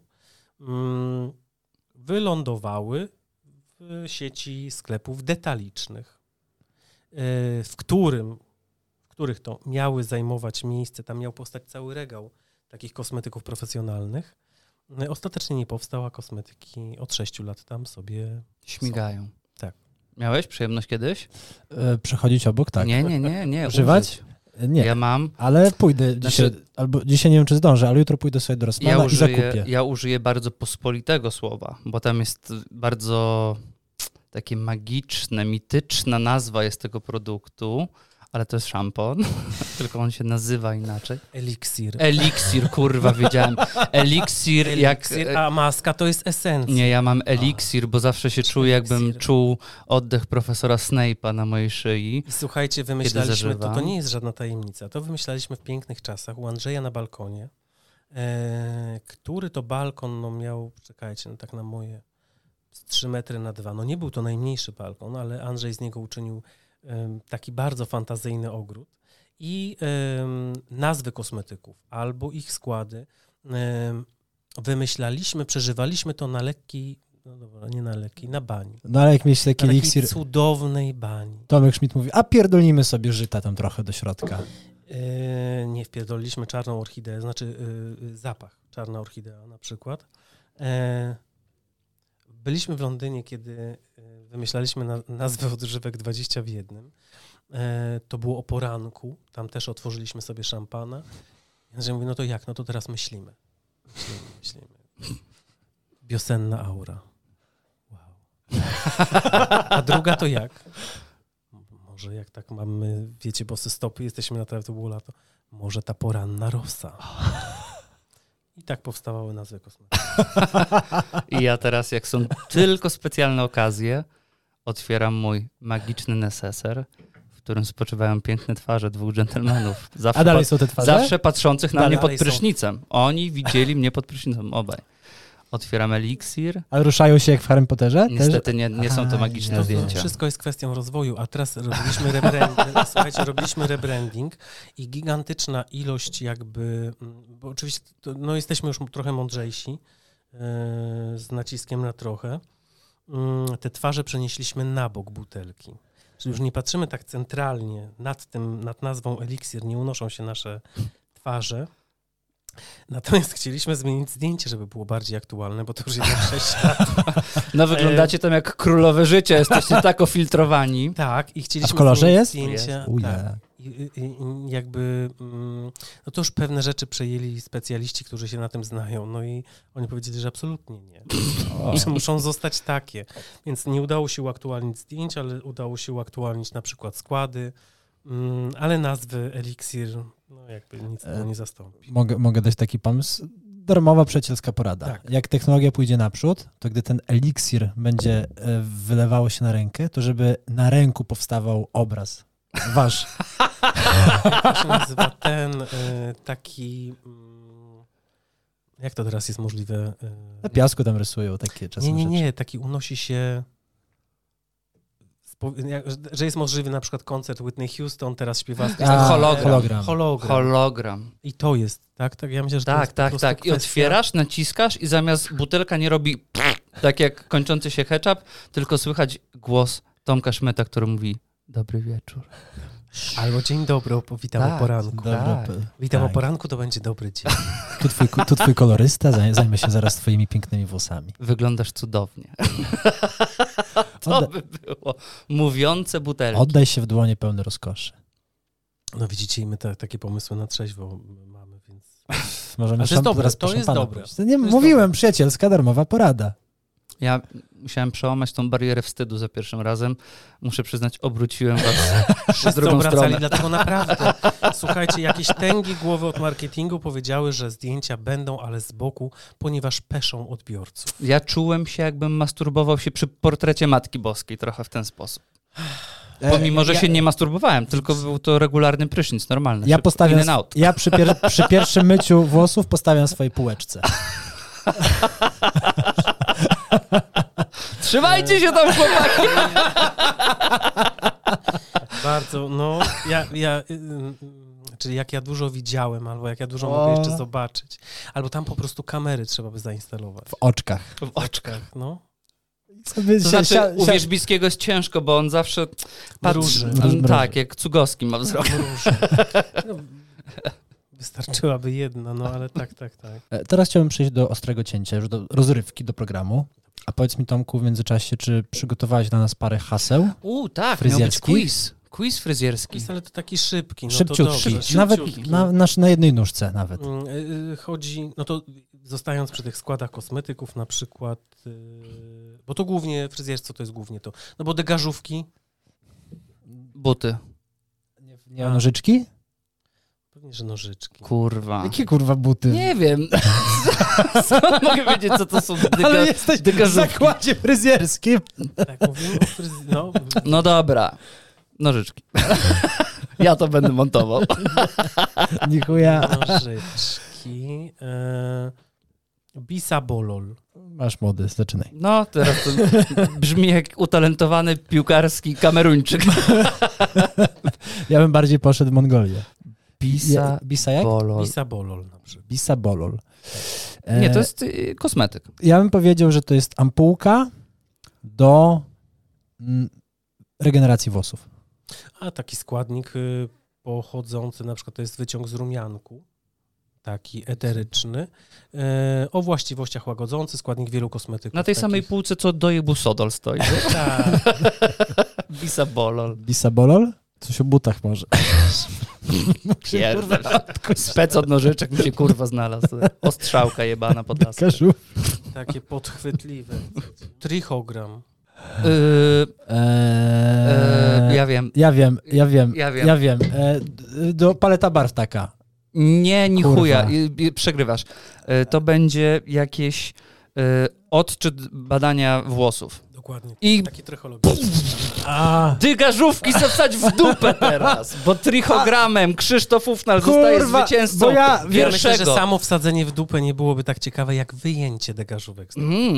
Speaker 3: wylądowały w sieci sklepów detalicznych, w których to miały zajmować miejsce, tam miał powstać cały regał takich kosmetyków profesjonalnych. Ostatecznie nie powstał, a kosmetyki od 6 lat tam sobie
Speaker 1: Śmigają.
Speaker 3: Tak.
Speaker 1: Miałeś przyjemność kiedyś?
Speaker 2: Przechodzić obok, tak.
Speaker 1: Nie.
Speaker 2: Używać?
Speaker 1: Użyć.
Speaker 2: Nie.
Speaker 1: Ja mam.
Speaker 2: Ale pójdę dzisiaj, albo dzisiaj nie wiem, czy zdążę, ale jutro pójdę sobie do Rossmana i zakupię.
Speaker 1: Ja użyję bardzo pospolitego słowa, bo tam jest bardzo takie magiczne, mityczna nazwa jest tego produktu, ale to jest szampon, tylko on się nazywa inaczej. Eliksir, kurwa, wiedziałem. Eliksir,
Speaker 3: a maska to jest esencja.
Speaker 1: Nie, ja mam eliksir, bo zawsze się czuję, jakbym czuł oddech profesora Snape'a na mojej szyi.
Speaker 3: I słuchajcie, wymyślaliśmy, to nie jest żadna tajemnica, to wymyślaliśmy w pięknych czasach u Andrzeja na balkonie, który to balkon miał, czekajcie, tak na moje 3 metry na 2. No nie był to najmniejszy balkon, ale Andrzej z niego uczynił taki bardzo fantazyjny ogród i nazwy kosmetyków albo ich składy wymyślaliśmy, przeżywaliśmy to na lekkiej, no dobra, nie na lekkiej, na bani.
Speaker 2: No ale jak mieliście taki eliksir...
Speaker 3: cudownej bani.
Speaker 2: Tomek Schmidt mówi, a pierdolnimy sobie żyta tam trochę do środka.
Speaker 3: Nie, wpierdoliliśmy czarną orchideę, znaczy zapach czarna orchidea na przykład. Byliśmy w Londynie, kiedy wymyślaliśmy nazwę odżywek 20 w jednym. To było o poranku. Tam też otworzyliśmy sobie szampana. Ja mówię, no to jak? No to teraz myślimy. Wiosenna aura. Wow. A druga to jak? Może jak tak mamy, wiecie, bosy stopy, jesteśmy na to było lato. Może ta poranna rosa. I tak powstawały nazwy kosmetyków.
Speaker 1: I ja teraz, jak są tylko specjalne okazje, otwieram mój magiczny neseser, w którym spoczywają piękne twarze 2 dżentelmenów.
Speaker 2: A dalej są te twarze?
Speaker 1: Zawsze patrzących na
Speaker 3: Dalej
Speaker 1: mnie pod prysznicem. Oni widzieli mnie pod prysznicem, obaj. Otwieram eliksir.
Speaker 2: Ale ruszają się jak w Harry Potterze?
Speaker 1: Niestety nie są to magiczne zdjęcia.
Speaker 3: Wszystko jest kwestią rozwoju, a teraz robiliśmy rebranding. Słuchajcie, robiliśmy rebranding i gigantyczna ilość jakby, bo oczywiście no jesteśmy już trochę mądrzejsi, z naciskiem na trochę. Te twarze przenieśliśmy na bok butelki. Czyli już nie patrzymy tak centralnie nad nazwą eliksir, nie unoszą się nasze twarze. Natomiast chcieliśmy zmienić zdjęcie, żeby było bardziej aktualne, bo to już jednak 6 lat.
Speaker 1: No wyglądacie tam jak królowe życia, jesteście tak ofiltrowani.
Speaker 3: Tak, i chcieliśmy
Speaker 2: w kolorze
Speaker 3: zmienić
Speaker 2: jest?
Speaker 3: zdjęcia. Tak. I jakby, no to już pewne rzeczy przejęli specjaliści, którzy się na tym znają, no i oni powiedzieli, że absolutnie nie, że muszą zostać takie. Więc nie udało się uaktualnić zdjęć, ale udało się uaktualnić na przykład składy, ale nazwy eliksir, no jakby nic tego nie zastąpi.
Speaker 2: Mogę dać taki pomysł? Darmowa przyjacielska porada.
Speaker 3: Tak.
Speaker 2: Jak technologia pójdzie naprzód, to gdy ten eliksir będzie wylewało się na rękę, to żeby na ręku powstawał obraz wasz.
Speaker 3: Jak się nazywa ten taki... Jak to teraz jest możliwe?
Speaker 2: Na piasku tam rysują takie czasem
Speaker 3: Nie, taki unosi się... Że jest możliwy na przykład koncert Whitney Houston, teraz śpiewa...
Speaker 1: Hologram.
Speaker 3: I to jest, tak? Ja myślę, że to jest
Speaker 1: tak.
Speaker 3: kwestia...
Speaker 1: I otwierasz, naciskasz i zamiast butelka nie robi tak jak kończący się ketchup, tylko słychać głos Tomka Schmidta, który mówi dobry wieczór.
Speaker 3: Albo dzień dobry, witam o poranku. Witam o poranku, to będzie dobry dzień.
Speaker 2: Tu twój kolorysta, zajmę się zaraz twoimi pięknymi włosami.
Speaker 1: Wyglądasz cudownie. To by było mówiące butelki.
Speaker 2: Oddaj się w dłonie pełne rozkoszy.
Speaker 3: No widzicie, i my takie pomysły na trzeźwo mamy, więc...
Speaker 2: Możemy
Speaker 3: to jest dobre, to jest dobre.
Speaker 2: Mówiłem, przyjacielska, darmowa porada.
Speaker 1: Ja musiałem przełamać tą barierę wstydu za pierwszym razem. Muszę przyznać, obróciłem was w drugą stronę.
Speaker 3: Dlatego naprawdę, słuchajcie, jakieś tęgi głowy od marketingu powiedziały, że zdjęcia będą, ale z boku, ponieważ peszą odbiorców.
Speaker 1: Ja czułem się, jakbym masturbował się przy portrecie Matki Boskiej, trochę w ten sposób. Pomimo, że się nie masturbowałem, tylko był to regularny prysznic, normalny.
Speaker 2: Ja
Speaker 1: szybko,
Speaker 2: postawiam,
Speaker 1: in and out.
Speaker 2: ja przy pierwszym myciu włosów postawiam swojej półeczce.
Speaker 1: Trzymajcie się tam, chłopaki!
Speaker 3: Bardzo, no, czyli jak ja dużo widziałem, albo jak ja dużo mogę jeszcze zobaczyć. Albo tam po prostu kamery trzeba by zainstalować.
Speaker 2: W oczkach.
Speaker 1: W oczkach.
Speaker 3: No.
Speaker 1: To znaczy, u Wierzbickiego jest ciężko, bo on zawsze patrzy.
Speaker 2: Mruży.
Speaker 1: Tak, jak Cugowski ma wzrok.
Speaker 3: No, wystarczyłaby jedna, no ale tak.
Speaker 2: Teraz chciałbym przejść do ostrego cięcia, już do rozrywki, do programu. A powiedz mi, Tomku, w międzyczasie, czy przygotowałeś dla nas parę haseł?
Speaker 1: Tak,
Speaker 2: fryzjerskich?
Speaker 1: miał być quiz. Quiz fryzjerski.
Speaker 3: Ale to taki szybki. No
Speaker 2: Szybciutki.
Speaker 3: To
Speaker 2: Nawet na jednej nóżce nawet.
Speaker 3: Chodzi, no to zostając przy tych składach kosmetyków na przykład, bo to głównie fryzjerstwo to jest głównie to, no bo degażówki.
Speaker 1: Buty.
Speaker 2: Nie nożyczki?
Speaker 3: Pewnie, że nożyczki.
Speaker 1: Kurwa.
Speaker 2: Jakie kurwa buty?
Speaker 1: Nie wiem. Mogę wiedzieć, co to są
Speaker 2: Ale jesteś w zakładzie fryzjerskim.
Speaker 3: Tak, mówimy o
Speaker 1: No dobra. Nożyczki. Ja to będę montował.
Speaker 2: Dziękuję.
Speaker 3: Nożyczki. Bisabolol.
Speaker 2: Masz młody, zaczynaj.
Speaker 1: No, teraz to brzmi jak utalentowany piłkarski Kameruńczyk.
Speaker 2: Ja bym bardziej poszedł w Mongolię.
Speaker 1: Bisa jak?
Speaker 3: Bisabolol na przykład.
Speaker 2: Bisabolol.
Speaker 1: Nie, to jest kosmetyk.
Speaker 2: Ja bym powiedział, że to jest ampułka do regeneracji włosów.
Speaker 3: A taki składnik pochodzący, na przykład to jest wyciąg z rumianku, taki eteryczny, o właściwościach łagodzący, składnik wielu kosmetyków.
Speaker 1: Na tej samej półce, co dojebusodol stoi.
Speaker 3: Tak.
Speaker 1: Bisabolol.
Speaker 2: Bisabolol? Coś o butach może.
Speaker 1: Pierdol. Spec od nożyczek mi się kurwa znalazł. Ostrzałka jebana pod lasem.
Speaker 3: Takie podchwytliwe. Trichogram.
Speaker 1: Ja wiem.
Speaker 2: Do paleta barw taka.
Speaker 1: Nie, ni chuja. Przegrywasz. To będzie jakieś odczyt badania włosów.
Speaker 3: Dokładnie.
Speaker 1: I
Speaker 3: taki trychologiczny.
Speaker 1: Dygażówki se wstać w dupę teraz, bo trichogramem Krzysztof Ufnal zostaje zwycięzcą pierwszego.
Speaker 3: Ja myślę, że samo wsadzenie w dupę nie byłoby tak ciekawe, jak wyjęcie degażówek.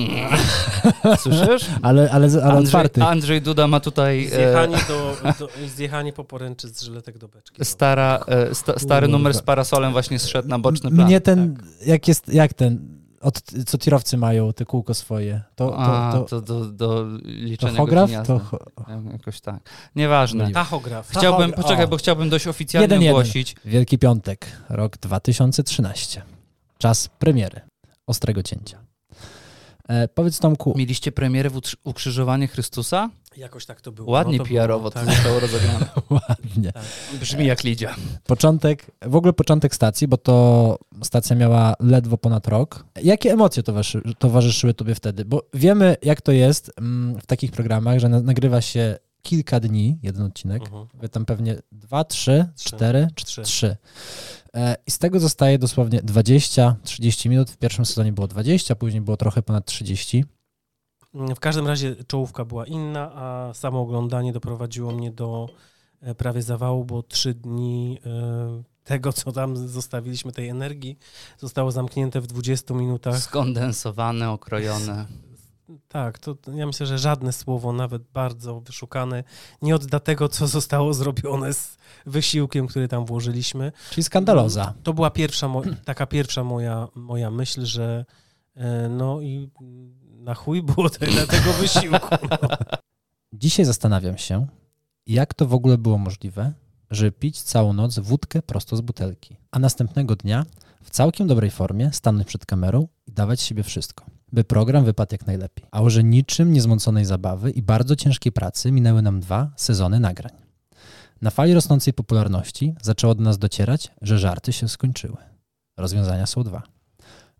Speaker 1: Słyszysz?
Speaker 2: Ale otwarty.
Speaker 1: Andrzej Duda ma tutaj...
Speaker 3: Zjechanie po poręczy z żyletek do beczki.
Speaker 1: Stary numer z parasolem właśnie zszedł na boczny plan.
Speaker 2: Mnie ten, jak ten... co tirowcy mają, te kółko swoje. To
Speaker 1: do liczenia
Speaker 2: tachograf?
Speaker 1: Jakoś tak. Nieważne.
Speaker 3: Tachograf.
Speaker 1: Chciałbym dość oficjalnie ogłosić.
Speaker 2: Wielki Piątek, rok 2013. Czas premiery Ostrego Cięcia. Powiedz, Tomku...
Speaker 1: Mieliście premierę w Ukrzyżowanie Chrystusa?
Speaker 3: Jakoś tak to było.
Speaker 1: Ładnie PR-owo to zostało rozegrane.
Speaker 2: Ładnie.
Speaker 3: Tak.
Speaker 1: Brzmi jak Lidia.
Speaker 2: Początek stacji, bo to stacja miała ledwo ponad rok. Jakie emocje towarzyszyły tobie wtedy? Bo wiemy, jak to jest w takich programach, że nagrywa się kilka dni, jeden odcinek, tam pewnie 2, 3, 4, 3. I z tego zostaje dosłownie 20-30 minut. W pierwszym sezonie było 20, później było trochę ponad 30.
Speaker 3: W każdym razie czołówka była inna, a samo oglądanie doprowadziło mnie do prawie zawału, bo 3 dni tego, co tam zostawiliśmy, tej energii, zostało zamknięte w 20 minutach.
Speaker 1: Skondensowane, okrojone.
Speaker 3: Tak, to ja myślę, że żadne słowo, nawet bardzo wyszukane, nie odda tego, co zostało zrobione z wysiłkiem, który tam włożyliśmy.
Speaker 2: Czyli skandaloza.
Speaker 3: To była pierwsza moja myśl, że no i na chuj było tego wysiłku. No.
Speaker 2: Dzisiaj zastanawiam się, jak to w ogóle było możliwe, żeby pić całą noc wódkę prosto z butelki, a następnego dnia w całkiem dobrej formie stanąć przed kamerą i dawać z siebie wszystko, by program wypadł jak najlepiej. A że niczym niezmąconej zabawy i bardzo ciężkiej pracy minęły nam 2 sezony nagrań. Na fali rosnącej popularności zaczęło do nas docierać, że żarty się skończyły. Rozwiązania są 2.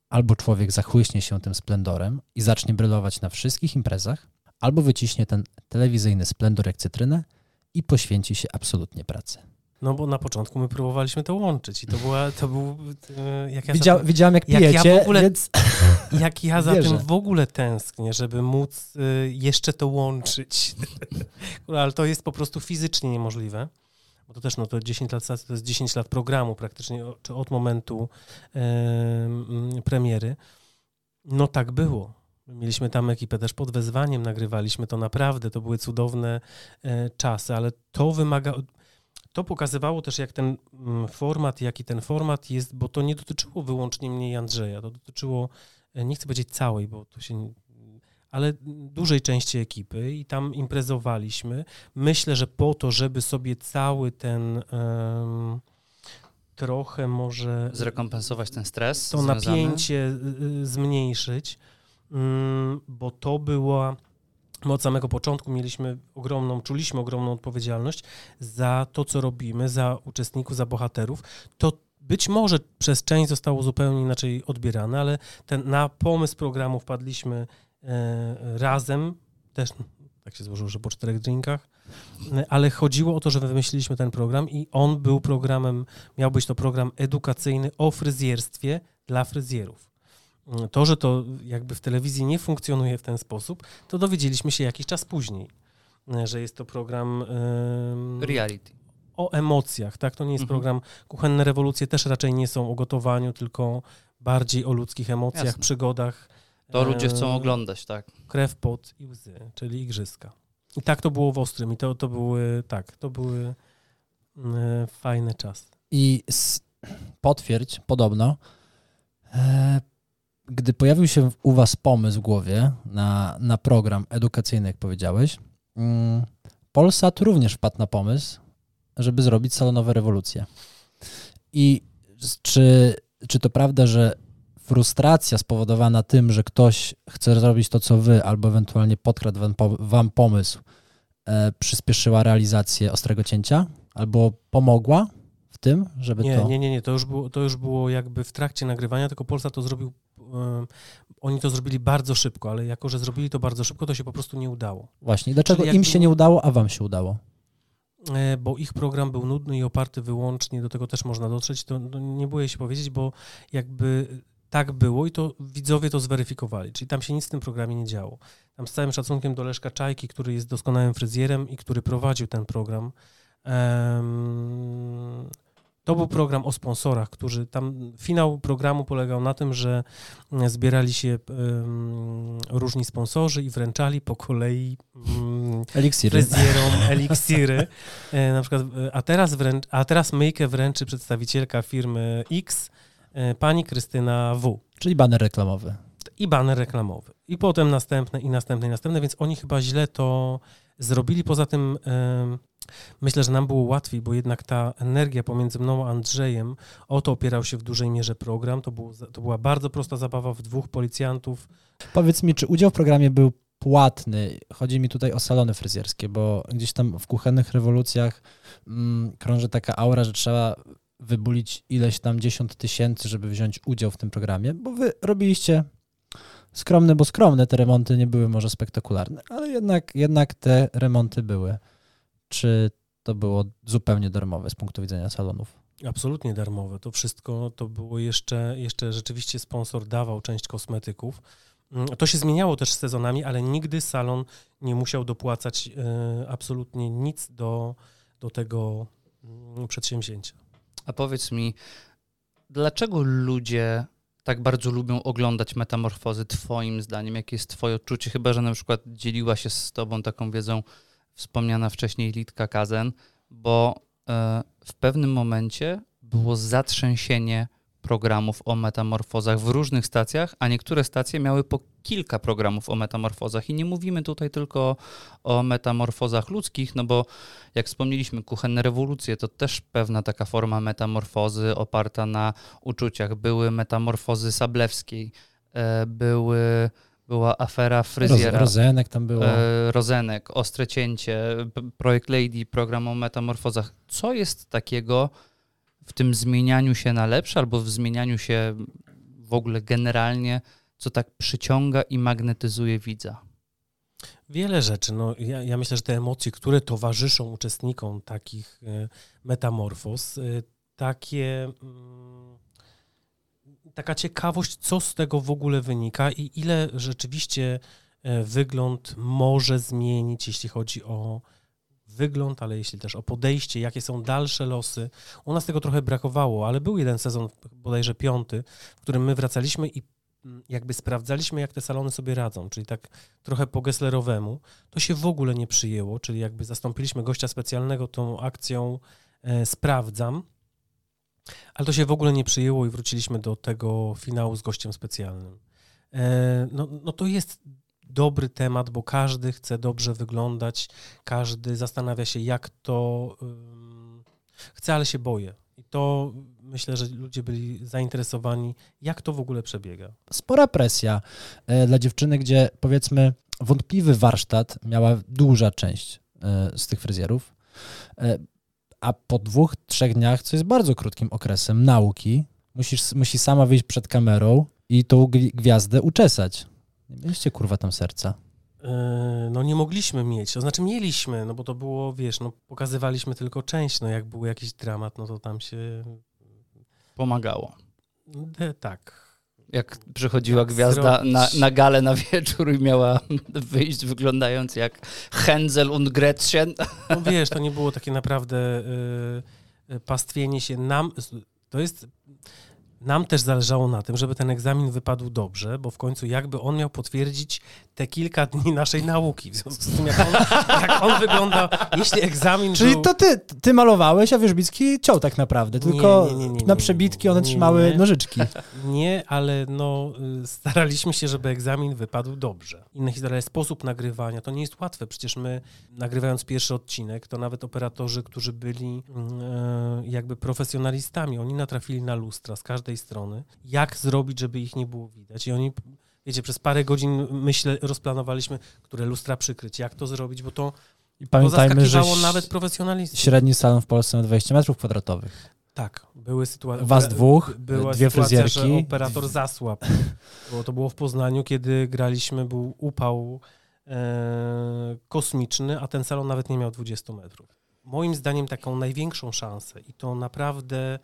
Speaker 2: albo człowiek zachłyśnie się tym splendorem i zacznie brylować na wszystkich imprezach, albo wyciśnie ten telewizyjny splendor jak cytrynę i poświęci się absolutnie pracy.
Speaker 3: No bo na początku my próbowaliśmy to łączyć i to był... Jak ja
Speaker 2: Widziałem, jak pijecie,
Speaker 3: ja w ogóle,
Speaker 2: więc...
Speaker 3: Jak ja za
Speaker 2: wierzę.
Speaker 3: tym w ogóle tęsknię, żeby móc jeszcze to łączyć. Ale to jest po prostu fizycznie niemożliwe. Bo to też, to 10 lat to jest 10 lat programu praktycznie, czy od momentu premiery. No tak było. Mieliśmy tam ekipę też pod wezwaniem, nagrywaliśmy to naprawdę, to były cudowne czasy, ale to pokazywało też, jak ten format, jaki ten format jest, bo to nie dotyczyło wyłącznie mnie i Andrzeja, to dotyczyło, nie chcę powiedzieć całej, bo to się... ale dużej części ekipy i tam imprezowaliśmy. Myślę, że po to, żeby sobie cały ten trochę może...
Speaker 1: Zrekompensować ten stres
Speaker 3: to
Speaker 1: związany?
Speaker 3: Napięcie zmniejszyć, bo to była... My od samego początku czuliśmy ogromną odpowiedzialność za to, co robimy, za uczestników, za bohaterów. To być może przez część zostało zupełnie inaczej odbierane, ale na pomysł programu wpadliśmy razem, też tak się złożyło, że po 4 drinkach, ale chodziło o to, że wymyśliliśmy ten program i on był miał być to program edukacyjny o fryzjerstwie dla fryzjerów. To, że to jakby w telewizji nie funkcjonuje w ten sposób, to dowiedzieliśmy się jakiś czas później, że jest to program
Speaker 1: Reality.
Speaker 3: O emocjach, tak? To nie jest program, kuchenne rewolucje też raczej nie są o gotowaniu, tylko bardziej o ludzkich emocjach,
Speaker 1: Jasne.
Speaker 3: Przygodach.
Speaker 1: To ludzie chcą oglądać, tak.
Speaker 3: Krew, pot i łzy, czyli igrzyska. I tak to było w Ostrym i to były fajne czasy.
Speaker 2: I potwierdź, podobno, gdy pojawił się u was pomysł w głowie na program edukacyjny, jak powiedziałeś, Polsat również wpadł na pomysł, żeby zrobić salonowe rewolucje. I czy to prawda, że frustracja spowodowana tym, że ktoś chce zrobić to, co wy, albo ewentualnie podkradł wam pomysł, przyspieszyła realizację Ostrego Cięcia? Albo pomogła w tym, żeby to...
Speaker 3: Nie. To już było jakby w trakcie nagrywania, tylko Polsat to zrobił, oni to zrobili bardzo szybko, ale jako, że zrobili to bardzo szybko, to się po prostu nie udało.
Speaker 2: Właśnie. Dlaczego im się nie udało, a wam się udało?
Speaker 3: Bo ich program był nudny i oparty wyłącznie, do tego też można dotrzeć, to nie boję się powiedzieć, bo jakby tak było i to widzowie to zweryfikowali, czyli tam się nic w tym programie nie działo. Tam z całym szacunkiem do Leszka Czajki, który jest doskonałym fryzjerem i który prowadził ten program, to był program o sponsorach, finał programu polegał na tym, że zbierali się różni sponsorzy i wręczali po kolei fryzjerom eliksiry. Na przykład, a teraz myjkę wręczy przedstawicielka firmy X, pani Krystyna W.
Speaker 2: Czyli baner reklamowy.
Speaker 3: I baner reklamowy. I potem następne, więc oni chyba źle to zrobili. Poza tym myślę, że nam było łatwiej, bo jednak ta energia pomiędzy mną a Andrzejem, o to opierał się w dużej mierze program. To była bardzo prosta zabawa w 2 policjantów.
Speaker 2: Powiedz mi, czy udział w programie był płatny? Chodzi mi tutaj o salony fryzjerskie, bo gdzieś tam w kuchennych rewolucjach krąży taka aura, że trzeba wybulić ileś tam 10 000, żeby wziąć udział w tym programie, bo wy robiliście skromne, bo skromne, te remonty nie były może spektakularne, ale jednak te remonty były. Czy to było zupełnie darmowe z punktu widzenia salonów?
Speaker 3: Absolutnie darmowe. To wszystko to było jeszcze rzeczywiście sponsor dawał część kosmetyków. To się zmieniało też z sezonami, ale nigdy salon nie musiał dopłacać absolutnie nic do tego przedsięwzięcia.
Speaker 1: A powiedz mi, dlaczego ludzie tak bardzo lubią oglądać metamorfozy twoim zdaniem? Jakie jest twoje odczucie? Chyba że na przykład dzieliła się z tobą taką wiedzą wspomniana wcześniej Litka Kazen, bo w pewnym momencie było zatrzęsienie programów o metamorfozach w różnych stacjach, a niektóre stacje miały po kilka programów o metamorfozach i nie mówimy tutaj tylko o metamorfozach ludzkich, no bo jak wspomnieliśmy, kuchenne rewolucje to też pewna taka forma metamorfozy oparta na uczuciach. Były metamorfozy Sablewskiej, była afera fryzjera.
Speaker 2: Rozenek tam było.
Speaker 1: Rozenek, Ostre Cięcie, Projekt Lady, program o metamorfozach. Co jest takiego w tym zmienianiu się na lepsze albo w zmienianiu się w w ogóle generalnie, co tak przyciąga i magnetyzuje widza?
Speaker 3: Wiele rzeczy. No, ja myślę, że te emocje, które towarzyszą uczestnikom takich metamorfoz, taka ciekawość, co z tego w ogóle wynika i ile rzeczywiście wygląd może zmienić, jeśli chodzi o wygląd, ale jeśli też o podejście, jakie są dalsze losy. U nas tego trochę brakowało, ale był jeden sezon, bodajże 5, w którym my wracaliśmy i jakby sprawdzaliśmy, jak te salony sobie radzą, czyli tak trochę po Gesslerowemu. To się w ogóle nie przyjęło, czyli jakby zastąpiliśmy gościa specjalnego tą akcją sprawdzam, ale to się w ogóle nie przyjęło i wróciliśmy do tego finału z gościem specjalnym. No to jest dobry temat, bo każdy chce dobrze wyglądać, każdy zastanawia się, jak to chce, ale się boję. I to myślę, że ludzie byli zainteresowani, jak to w ogóle przebiega.
Speaker 2: Spora presja dla dziewczyny, gdzie powiedzmy wątpliwy warsztat miała duża część z tych fryzjerów, a po 2-3 dniach, co jest bardzo krótkim okresem nauki, musi sama wyjść przed kamerą i tą gwiazdę uczesać. Nie mieliście kurwa tam serca.
Speaker 3: No nie mogliśmy mieć, to znaczy mieliśmy, no bo to było, wiesz, no pokazywaliśmy tylko część, no jak był jakiś dramat, no to tam się...
Speaker 1: Pomagało.
Speaker 3: Tak.
Speaker 1: Jak przychodziła gwiazda na galę na wieczór i miała wyjść wyglądając jak Hänsel und Gretchen.
Speaker 3: No wiesz, to nie było takie naprawdę pastwienie się nam, to jest... Nam też zależało na tym, żeby ten egzamin wypadł dobrze, bo w końcu jakby on miał potwierdzić te kilka dni naszej nauki. W związku z tym, jak on wygląda, jeśli egzamin
Speaker 2: Czyli
Speaker 3: był...
Speaker 2: to ty malowałeś, a Wierzbicki ciął tak naprawdę, tylko na przebitki one trzymały nożyczki.
Speaker 3: Nie, ale no staraliśmy się, żeby egzamin wypadł dobrze. Inna historia, sposób nagrywania, to nie jest łatwe. Przecież my, nagrywając pierwszy odcinek, to nawet operatorzy, którzy byli jakby profesjonalistami, oni natrafili na lustra z każdej strony, jak zrobić, żeby ich nie było widać. I oni, wiecie, przez parę godzin rozplanowaliśmy, które lustra przykryć, jak to zrobić, bo to zaskakiwało nawet profesjonalistów.
Speaker 2: Średni salon w Polsce ma 20 m2.
Speaker 3: Tak, były sytuacje.
Speaker 2: Was dwóch,
Speaker 3: była
Speaker 2: dwie
Speaker 3: sytuacja,
Speaker 2: fryzjerki.
Speaker 3: że operator zasłabł, bo to było w Poznaniu, kiedy graliśmy, był upał kosmiczny, a ten salon nawet nie miał 20 metrów. Moim zdaniem taką największą szansę i to naprawdę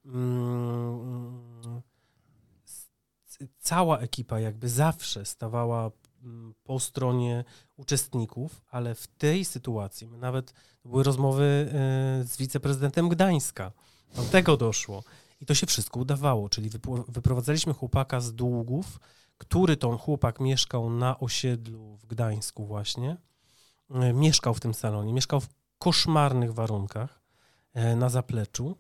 Speaker 3: cała ekipa jakby zawsze stawała po stronie uczestników, ale w tej sytuacji nawet były rozmowy z wiceprezydentem Gdańska. Do tego doszło. I to się wszystko udawało, czyli wyprowadzaliśmy chłopaka z Długów, który to chłopak mieszkał na osiedlu w Gdańsku właśnie. Mieszkał w tym salonie, mieszkał w koszmarnych warunkach na zapleczu.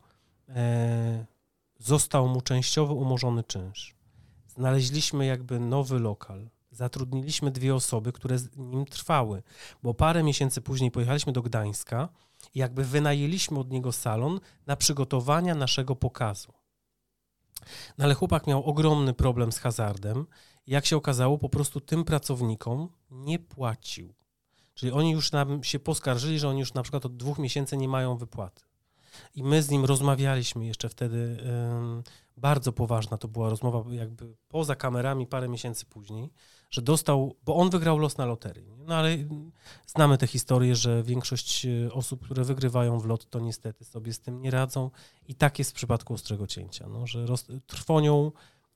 Speaker 3: Został mu częściowo umorzony czynsz. Znaleźliśmy jakby nowy lokal. Zatrudniliśmy 2 osoby, które z nim trwały, bo parę miesięcy później pojechaliśmy do Gdańska i jakby wynajęliśmy od niego salon na przygotowania naszego pokazu. No ale chłopak miał ogromny problem z hazardem i jak się okazało, po prostu tym pracownikom nie płacił. Czyli oni już nam się poskarżyli, że oni już na przykład od 2 miesięcy nie mają wypłaty. I my z nim rozmawialiśmy jeszcze wtedy, bardzo poważna to była rozmowa jakby poza kamerami parę miesięcy później, że dostał, bo on wygrał los na loterii. No ale znamy tę historię, że większość osób, które wygrywają w lotto, niestety sobie z tym nie radzą i tak jest w przypadku ostrego cięcia, no, że trwonią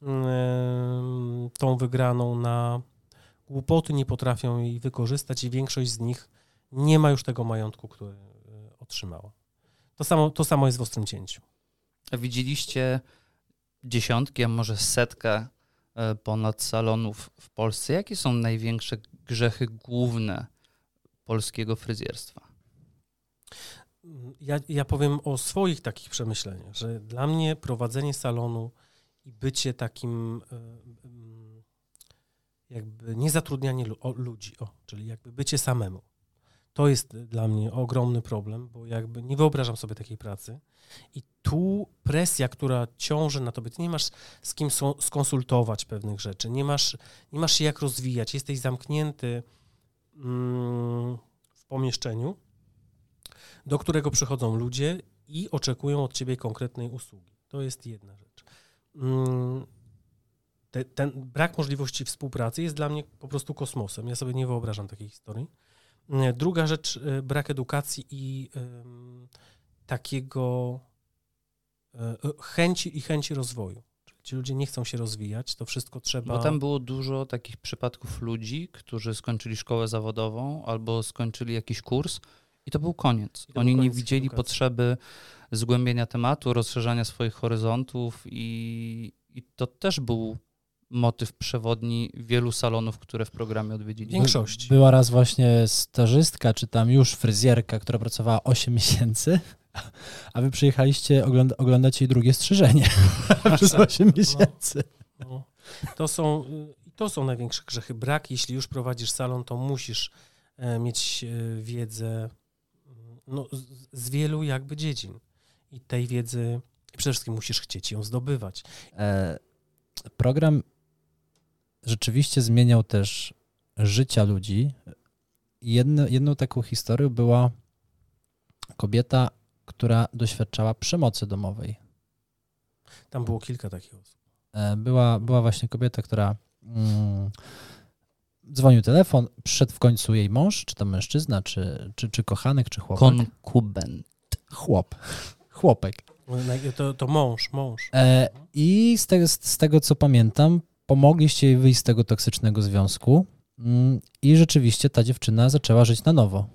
Speaker 3: tą wygraną na głupoty, nie potrafią jej wykorzystać i większość z nich nie ma już tego majątku, który otrzymała. To samo jest w ostrym cięciu.
Speaker 1: Widzieliście dziesiątki, a może setkę ponad salonów w Polsce. Jakie są największe grzechy główne polskiego fryzjerstwa?
Speaker 3: Ja powiem o swoich takich przemyśleniach, że dla mnie prowadzenie salonu i bycie takim jakby niezatrudnianie ludzi, czyli jakby bycie samemu. To jest dla mnie ogromny problem, bo jakby nie wyobrażam sobie takiej pracy i tu presja, która ciąży na tobie, ty nie masz z kim skonsultować pewnych rzeczy, nie masz się jak rozwijać, jesteś zamknięty w pomieszczeniu, do którego przychodzą ludzie i oczekują od ciebie konkretnej usługi. To jest jedna rzecz. ten brak możliwości współpracy jest dla mnie po prostu kosmosem. Ja sobie nie wyobrażam takiej historii. Druga rzecz, brak edukacji i takiego chęci rozwoju. Ci ludzie nie chcą się rozwijać, to wszystko trzeba...
Speaker 1: Bo tam było dużo takich przypadków ludzi, którzy skończyli szkołę zawodową albo skończyli jakiś kurs i to był koniec. Oni nie widzieli potrzeby zgłębienia tematu, rozszerzania swoich horyzontów i to też był motyw przewodni wielu salonów, które w programie odwiedziliśmy.
Speaker 3: Większości.
Speaker 2: Była raz właśnie stażystka, czy tam już fryzjerka, która pracowała 8 miesięcy, a wy przyjechaliście, oglądacie jej drugie strzyżenie przez 8 miesięcy.
Speaker 3: No. To są największe grzechy. Brak, jeśli już prowadzisz salon, to musisz mieć wiedzę z wielu jakby dziedzin. I tej wiedzy przede wszystkim musisz chcieć ją zdobywać.
Speaker 2: Program rzeczywiście zmieniał też życia ludzi. Jedną taką historią była kobieta, która doświadczała przemocy domowej.
Speaker 3: Tam było kilka takich osób.
Speaker 2: Była właśnie kobieta, która dzwonił telefon, przyszedł w końcu jej mąż, czy to mężczyzna, czy kochanek, czy chłopak.
Speaker 1: Konkubent.
Speaker 2: Chłopek.
Speaker 3: To mąż.
Speaker 2: I z tego, co pamiętam, pomogliście jej wyjść z tego toksycznego związku i rzeczywiście ta dziewczyna zaczęła żyć na nowo.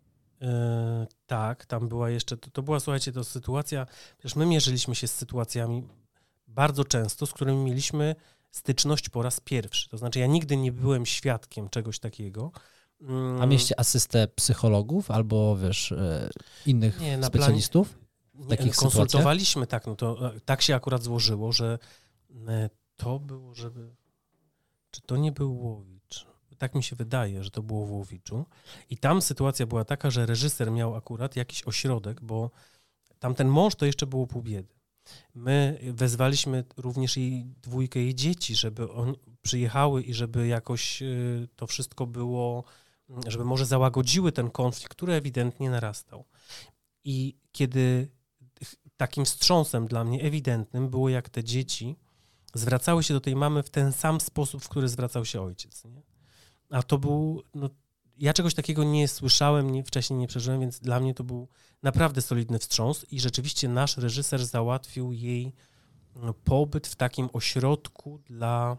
Speaker 3: Tak, tam była jeszcze, to była, słuchajcie, to sytuacja, przecież my mierzyliśmy się z sytuacjami bardzo często, z którymi mieliśmy styczność po raz pierwszy. To znaczy ja nigdy nie byłem świadkiem czegoś takiego.
Speaker 2: A mieliście asystę psychologów albo, wiesz, innych specjalistów w takich
Speaker 3: konsultowaliśmy, tak się akurat złożyło, że to było, czy to nie był Łowicz? Tak mi się wydaje, że to było w Łowiczu. I tam sytuacja była taka, że reżyser miał akurat jakiś ośrodek, bo tamten mąż to jeszcze było pół biedy. My wezwaliśmy również dwójkę jej dzieci, żeby oni przyjechały i żeby jakoś to wszystko było, żeby może załagodziły ten konflikt, który ewidentnie narastał. I kiedy takim wstrząsem dla mnie ewidentnym było, jak te dzieci zwracały się do tej mamy w ten sam sposób, w który zwracał się ojciec. Nie? A to był, ja czegoś takiego nie słyszałem, wcześniej nie przeżyłem, więc dla mnie to był naprawdę solidny wstrząs i rzeczywiście nasz reżyser załatwił jej pobyt w takim ośrodku dla,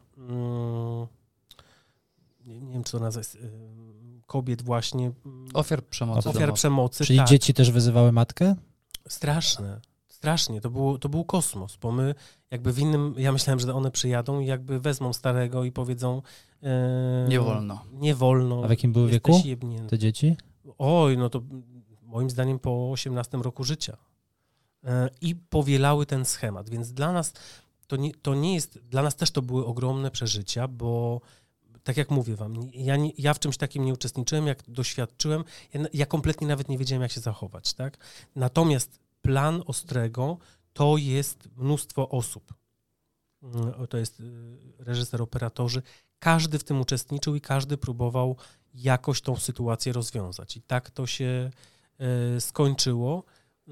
Speaker 3: nie wiem, czy to nazwać, kobiet właśnie.
Speaker 1: Ofiar przemocy.
Speaker 3: Ofiar przemocy,
Speaker 2: Czyli dzieci też wyzywały matkę? Strasznie, to był kosmos, bo my jakby ja myślałem, że one przyjadą i jakby wezmą starego i powiedzą nie wolno. A w jakim były wieku te dzieci?
Speaker 3: Oj, to moim zdaniem po 18 roku życia. I powielały ten schemat, więc dla nas to nie jest, dla nas też to były ogromne przeżycia, bo tak jak mówię wam, ja w czymś takim nie uczestniczyłem, jak doświadczyłem, ja kompletnie nawet nie wiedziałem, jak się zachować, tak? Natomiast plan Ostrego to jest mnóstwo osób. To jest reżyser, operatorzy. Każdy w tym uczestniczył i każdy próbował jakoś tą sytuację rozwiązać. I tak to się skończyło.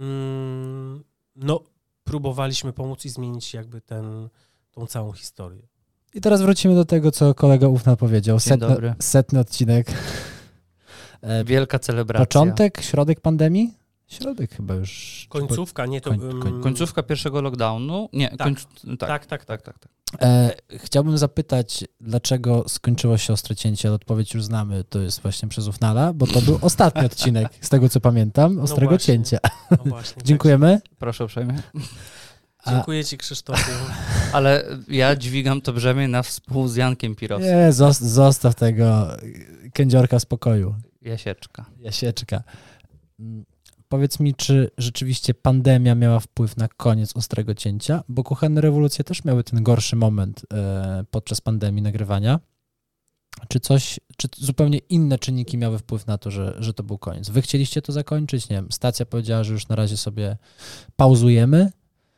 Speaker 3: Próbowaliśmy pomóc i zmienić jakby tą całą historię.
Speaker 2: I teraz wrócimy do tego, co kolega Ufna powiedział. Setny odcinek.
Speaker 1: Wielka celebracja.
Speaker 2: Początek, środek pandemii? Środek chyba już.
Speaker 3: Końcówka, nie to...
Speaker 1: Końcówka pierwszego lockdownu? Nie,
Speaker 3: tak.
Speaker 2: Chciałbym zapytać, dlaczego skończyło się Ostre Cięcie, ale odpowiedź już znamy, to jest właśnie przez Ufnala, bo to był ostatni odcinek, z tego co pamiętam, Ostrego Cięcia.
Speaker 3: Właśnie,
Speaker 2: Dziękujemy.
Speaker 1: Proszę uprzejmie.
Speaker 3: Dziękuję ci, Krzysztofie.
Speaker 1: Ale ja dźwigam to brzemię na współ z Jankiem Pirowskim.
Speaker 2: Nie, zostaw tego kędziorka spokoju. Jasieczka. Powiedz mi, czy rzeczywiście pandemia miała wpływ na koniec Ostrego Cięcia? Bo Kuchenne Rewolucje też miały ten gorszy moment podczas pandemii nagrywania. Czy zupełnie inne czynniki miały wpływ na to, że to był koniec? Wy chcieliście to zakończyć? Nie wiem, stacja powiedziała, że już na razie sobie pauzujemy.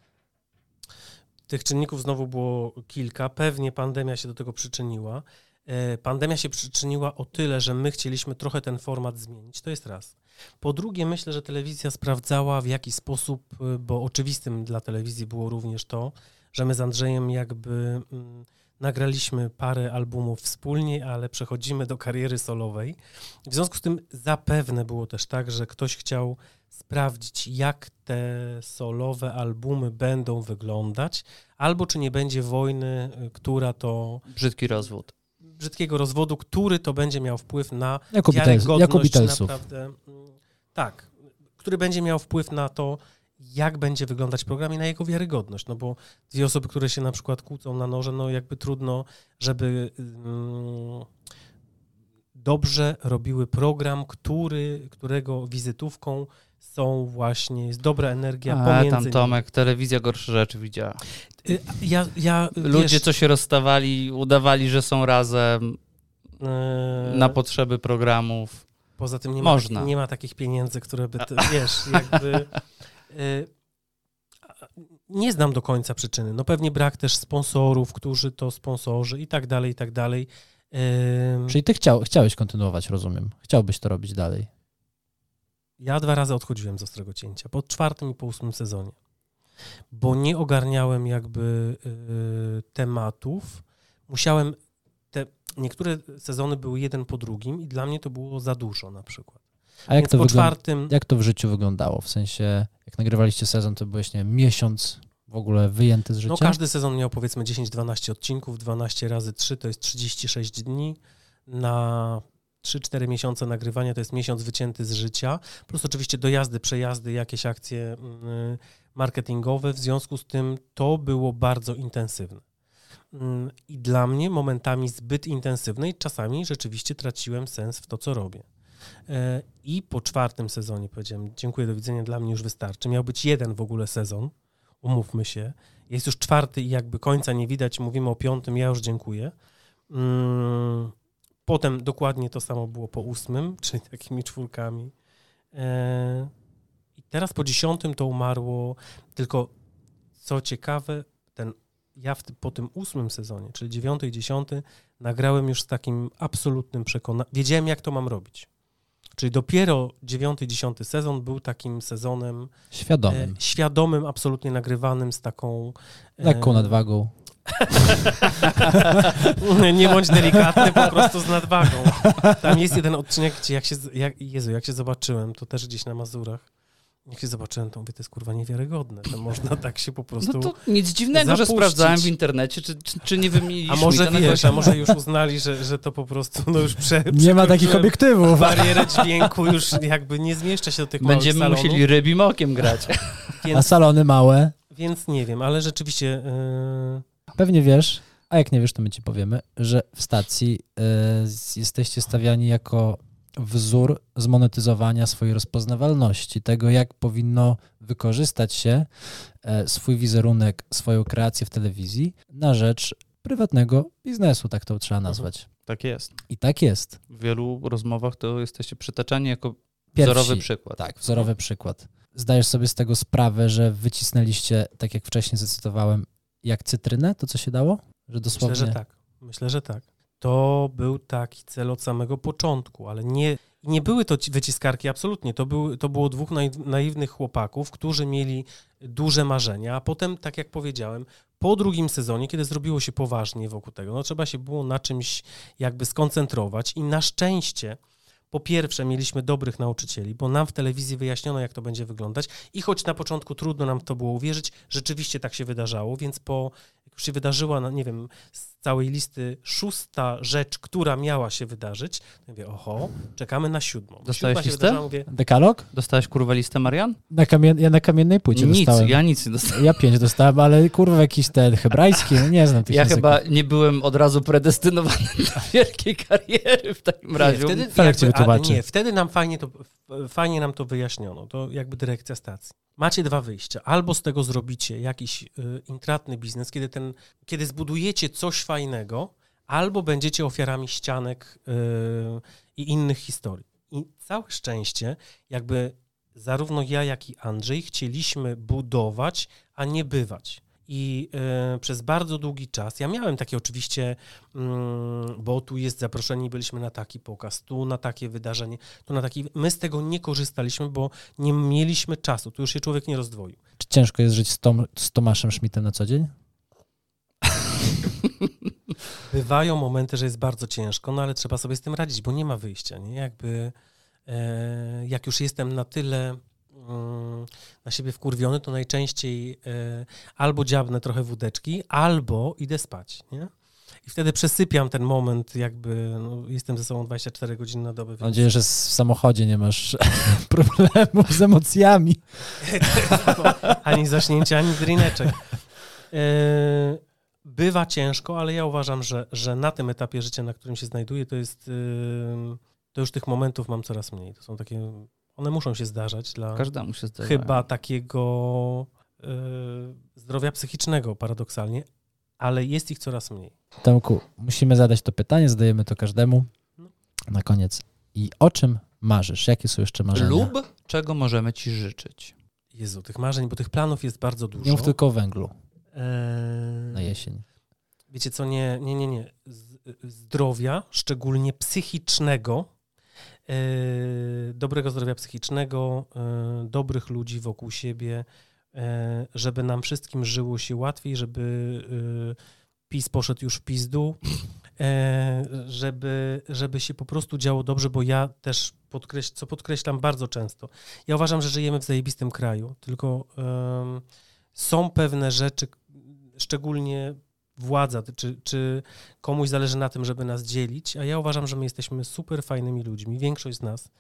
Speaker 3: Tych czynników znowu było kilka. Pewnie pandemia się do tego przyczyniła. Pandemia się przyczyniła o tyle, że my chcieliśmy trochę ten format zmienić. To jest raz. Po drugie, myślę, że telewizja sprawdzała, w jaki sposób, bo oczywistym dla telewizji było również to, że my z Andrzejem jakby nagraliśmy parę albumów wspólnie, ale przechodzimy do kariery solowej. W związku z tym zapewne było też tak, że ktoś chciał sprawdzić, jak te solowe albumy będą wyglądać, albo czy nie będzie wojny, która to... Brzydkiego rozwodu, który to będzie miał wpływ na wiarygodność, naprawdę... Tak, który będzie miał wpływ na to, jak będzie wyglądać program i na jego wiarygodność, no bo dwie osoby, które się na przykład kłócą na noże, no jakby trudno, żeby dobrze robiły program, którego wizytówką jest dobra energia pomiędzy
Speaker 1: tam Tomek, telewizja gorsze rzeczy widziała. Ludzie,
Speaker 3: wiesz,
Speaker 1: co się rozstawali, udawali, że są razem na potrzeby programów.
Speaker 3: Poza tym nie ma takich pieniędzy, które by, wiesz, jakby... Nie znam do końca przyczyny. No pewnie brak też sponsorów, którzy to sponsorzy i tak dalej, i tak dalej.
Speaker 2: Czyli ty chciałeś kontynuować, rozumiem. Chciałbyś to robić dalej.
Speaker 3: Ja 2 razy odchodziłem z Ostrego Cięcia, po 4. i po 8. sezonie, bo nie ogarniałem jakby tematów. Niektóre sezony były jeden po drugim i dla mnie to było za dużo na przykład.
Speaker 2: A jak to w życiu wyglądało? W sensie, jak nagrywaliście sezon, to byłeś, nie wiem, miesiąc w ogóle wyjęty z życia?
Speaker 3: No każdy sezon miał powiedzmy 10-12 odcinków, 12 razy 3 to jest 36 dni. Na 3-4 miesiące nagrywania to jest miesiąc wycięty z życia, plus oczywiście dojazdy, przejazdy, jakieś akcje marketingowe. W związku z tym to było bardzo intensywne. I dla mnie momentami zbyt intensywne i czasami rzeczywiście traciłem sens w to, co robię. I po 4. sezonie powiedziałem, dziękuję, do widzenia, dla mnie już wystarczy. Miał być 1 w ogóle sezon, umówmy się. Jest już 4 i jakby końca nie widać, mówimy o 5, ja już dziękuję. Potem dokładnie to samo było po 8, czyli takimi 4. I teraz po 10 to umarło, tylko co ciekawe, po tym 8 sezonie, czyli 9 i 10, nagrałem już z takim absolutnym przekonaniem. Wiedziałem, jak to mam robić. Czyli dopiero 9 i 10 sezon był takim sezonem świadomym, absolutnie nagrywanym z taką...
Speaker 2: Lekką nadwagą.
Speaker 3: Nie bądź delikatny, po prostu z nadwagą. Tam jest jeden odcinek, gdzie jak się zobaczyłem, to też gdzieś na Mazurach, jak się zobaczyłem, to mówię, to jest kurwa niewiarygodne, to można tak się po prostu
Speaker 1: No to nic dziwnego,
Speaker 3: zapuścić.
Speaker 1: że sprawdzałem w internecie, czy nie wymieniliśmy.
Speaker 3: A może już uznali, że to po prostu już
Speaker 2: nie ma takich obiektywów.
Speaker 3: Barierę dźwięku już jakby nie zmieszcza się do tych małych salonów.
Speaker 1: Będziemy musieli rybim okiem grać.
Speaker 2: A salony małe?
Speaker 3: Więc nie wiem, ale rzeczywiście...
Speaker 2: Pewnie wiesz, a jak nie wiesz, to my ci powiemy, że w stacji jesteście stawiani jako wzór zmonetyzowania swojej rozpoznawalności, tego jak powinno wykorzystać się swój wizerunek, swoją kreację w telewizji na rzecz prywatnego biznesu, tak to trzeba nazwać.
Speaker 1: Tak jest.
Speaker 2: I tak jest.
Speaker 1: W wielu rozmowach to jesteście przytaczani jako
Speaker 2: Pierwsi,
Speaker 1: wzorowy przykład.
Speaker 2: Tak, wzorowy przykład. Zdajesz sobie z tego sprawę, że wycisnęliście, tak jak wcześniej zacytowałem, jak cytrynę, to co się dało? Że dosłownie...
Speaker 3: Myślę, że tak. To był taki cel od samego początku, ale nie były to wyciskarki absolutnie. To było 2 naiwnych chłopaków, którzy mieli duże marzenia, a potem, tak jak powiedziałem, po 2. sezonie, kiedy zrobiło się poważnie wokół tego, no trzeba się było na czymś jakby skoncentrować i na szczęście po pierwsze mieliśmy dobrych nauczycieli, bo nam w telewizji wyjaśniono, jak to będzie wyglądać i choć na początku trudno nam w to było uwierzyć, rzeczywiście tak się wydarzało, więc jak już się wydarzyła, nie wiem, z całej listy 6. rzecz, która miała się wydarzyć, to mówię, czekamy na 7.
Speaker 1: Dostałeś listę?
Speaker 2: Dekalog?
Speaker 1: Dostałeś kurwa listę, Marian?
Speaker 2: Ja na kamiennej płycie dostałem.
Speaker 1: Ja nic nie dostałem.
Speaker 2: Ja 5 dostałem, ale kurwa jakiś ten hebrajski, nie znam tych języków.
Speaker 1: Chyba nie byłem od razu predestynowany do wielkiej kariery w takim razie.
Speaker 3: Wtedy nam fajnie nam to wyjaśniono, to jakby dyrekcja stacji. Macie 2 wyjścia. Albo z tego zrobicie jakiś intratny biznes, kiedy zbudujecie coś fajnego, albo będziecie ofiarami ścianek i innych historii. I całe szczęście, jakby zarówno ja, jak i Andrzej chcieliśmy budować, a nie bywać. I przez bardzo długi czas, ja miałem takie oczywiście, bo tu jest zaproszenie, byliśmy na taki pokaz, tu na takie wydarzenie, tu na taki, my z tego nie korzystaliśmy, bo nie mieliśmy czasu, tu już się człowiek nie rozdwoił.
Speaker 2: Czy ciężko jest żyć z Tomaszem Schmidtem na co dzień?
Speaker 3: Bywają momenty, że jest bardzo ciężko, no ale trzeba sobie z tym radzić, bo nie ma wyjścia, nie? Jakby jak już jestem na tyle na siebie wkurwiony, to najczęściej albo dziabnę trochę wódeczki, albo idę spać, nie? I wtedy przesypiam ten moment, jakby jestem ze sobą 24 godziny na dobę. Więc...
Speaker 2: Mam nadzieję, że w samochodzie nie masz problemów z emocjami.
Speaker 3: Ani zaśnięcia, ani drineczek. Bywa ciężko, ale ja uważam, że na tym etapie życia, na którym się znajduję, to już tych momentów mam coraz mniej. To są takie, one muszą się zdarzać dla
Speaker 1: Każdemu się zdarza.
Speaker 3: chyba takiego zdrowia psychicznego paradoksalnie, ale jest ich coraz mniej.
Speaker 2: Tomku, musimy zadać to pytanie, zadajemy to każdemu na koniec. I o czym marzysz? Jakie są jeszcze marzenia?
Speaker 1: Lub czego możemy ci życzyć?
Speaker 3: Jezu, tych marzeń, bo tych planów jest bardzo dużo.
Speaker 2: Nie mów tylko o węglu na jesień.
Speaker 3: Wiecie co, nie. Zdrowia, szczególnie psychicznego, dobrego zdrowia psychicznego, dobrych ludzi wokół siebie, żeby nam wszystkim żyło się łatwiej, żeby PiS poszedł już w pizdu, żeby się po prostu działo dobrze, bo ja też podkreślam bardzo często, ja uważam, że żyjemy w zajebistym kraju, tylko są pewne rzeczy, szczególnie władza, czy komuś zależy na tym, żeby nas dzielić, a ja uważam, że my jesteśmy super fajnymi ludźmi, większość z nas.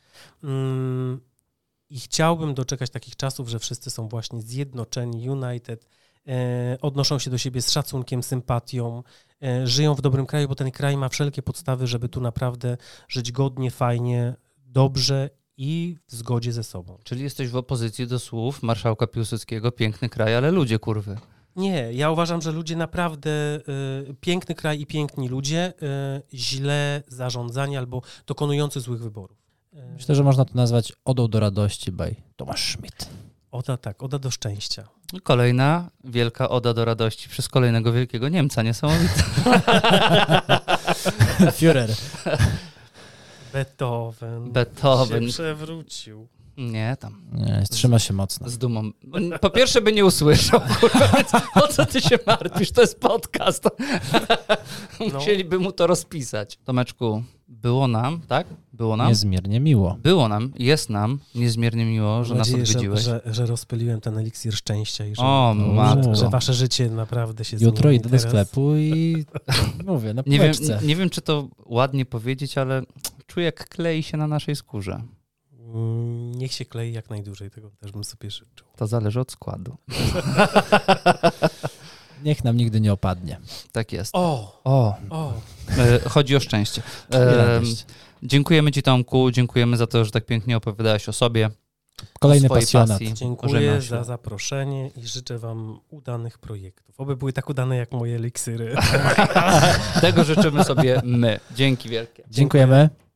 Speaker 3: I chciałbym doczekać takich czasów, że wszyscy są właśnie zjednoczeni, united, odnoszą się do siebie z szacunkiem, sympatią, żyją w dobrym kraju, bo ten kraj ma wszelkie podstawy, żeby tu naprawdę żyć godnie, fajnie, dobrze i w zgodzie ze sobą.
Speaker 1: Czyli jesteś w opozycji do słów marszałka Piłsudskiego, piękny kraj, ale ludzie, kurwy.
Speaker 3: Nie, ja uważam, że ludzie naprawdę, piękny kraj i piękni ludzie, źle zarządzani albo dokonujący złych wyborów.
Speaker 2: Myślę, że można to nazwać odą do radości by Tomasz Schmidt.
Speaker 3: Oda do szczęścia.
Speaker 1: Kolejna wielka oda do radości przez kolejnego wielkiego Niemca, niesamowite.
Speaker 2: Führer.
Speaker 3: Beethoven się przewrócił.
Speaker 1: Nie, tam.
Speaker 2: Nie, trzyma się mocno.
Speaker 1: Z dumą. Po pierwsze by nie usłyszał, kurwa, więc o co ty się martwisz? To jest podcast. Musieliby mu to rozpisać. Tomeczku, było nam, tak? Było nam?
Speaker 2: Niezmiernie miło.
Speaker 1: Było nam, jest nam niezmiernie miło, że nas odwiedziłeś.
Speaker 3: Że rozpyliłem ten eliksir szczęścia i że wasze życie naprawdę się zmieni.
Speaker 2: Jutro idę do sklepu i mówię, na półeczce.
Speaker 1: Nie wiem, czy to ładnie powiedzieć, ale czuję, jak klei się na naszej skórze.
Speaker 3: Niech się klei jak najdłużej, tego też bym sobie życzył.
Speaker 1: To zależy od składu.
Speaker 2: Niech nam nigdy nie opadnie.
Speaker 1: Tak jest.
Speaker 3: O.
Speaker 1: Chodzi o szczęście. Dziękujemy ci, Tomku, dziękujemy za to, że tak pięknie opowiadałeś o sobie.
Speaker 2: Kolejny pasjonat.
Speaker 3: Dziękuję za zaproszenie i życzę wam udanych projektów. Oby były tak udane jak moje eliksiry.
Speaker 1: Tego życzymy sobie my. Dzięki wielkie.
Speaker 2: Dziękujemy.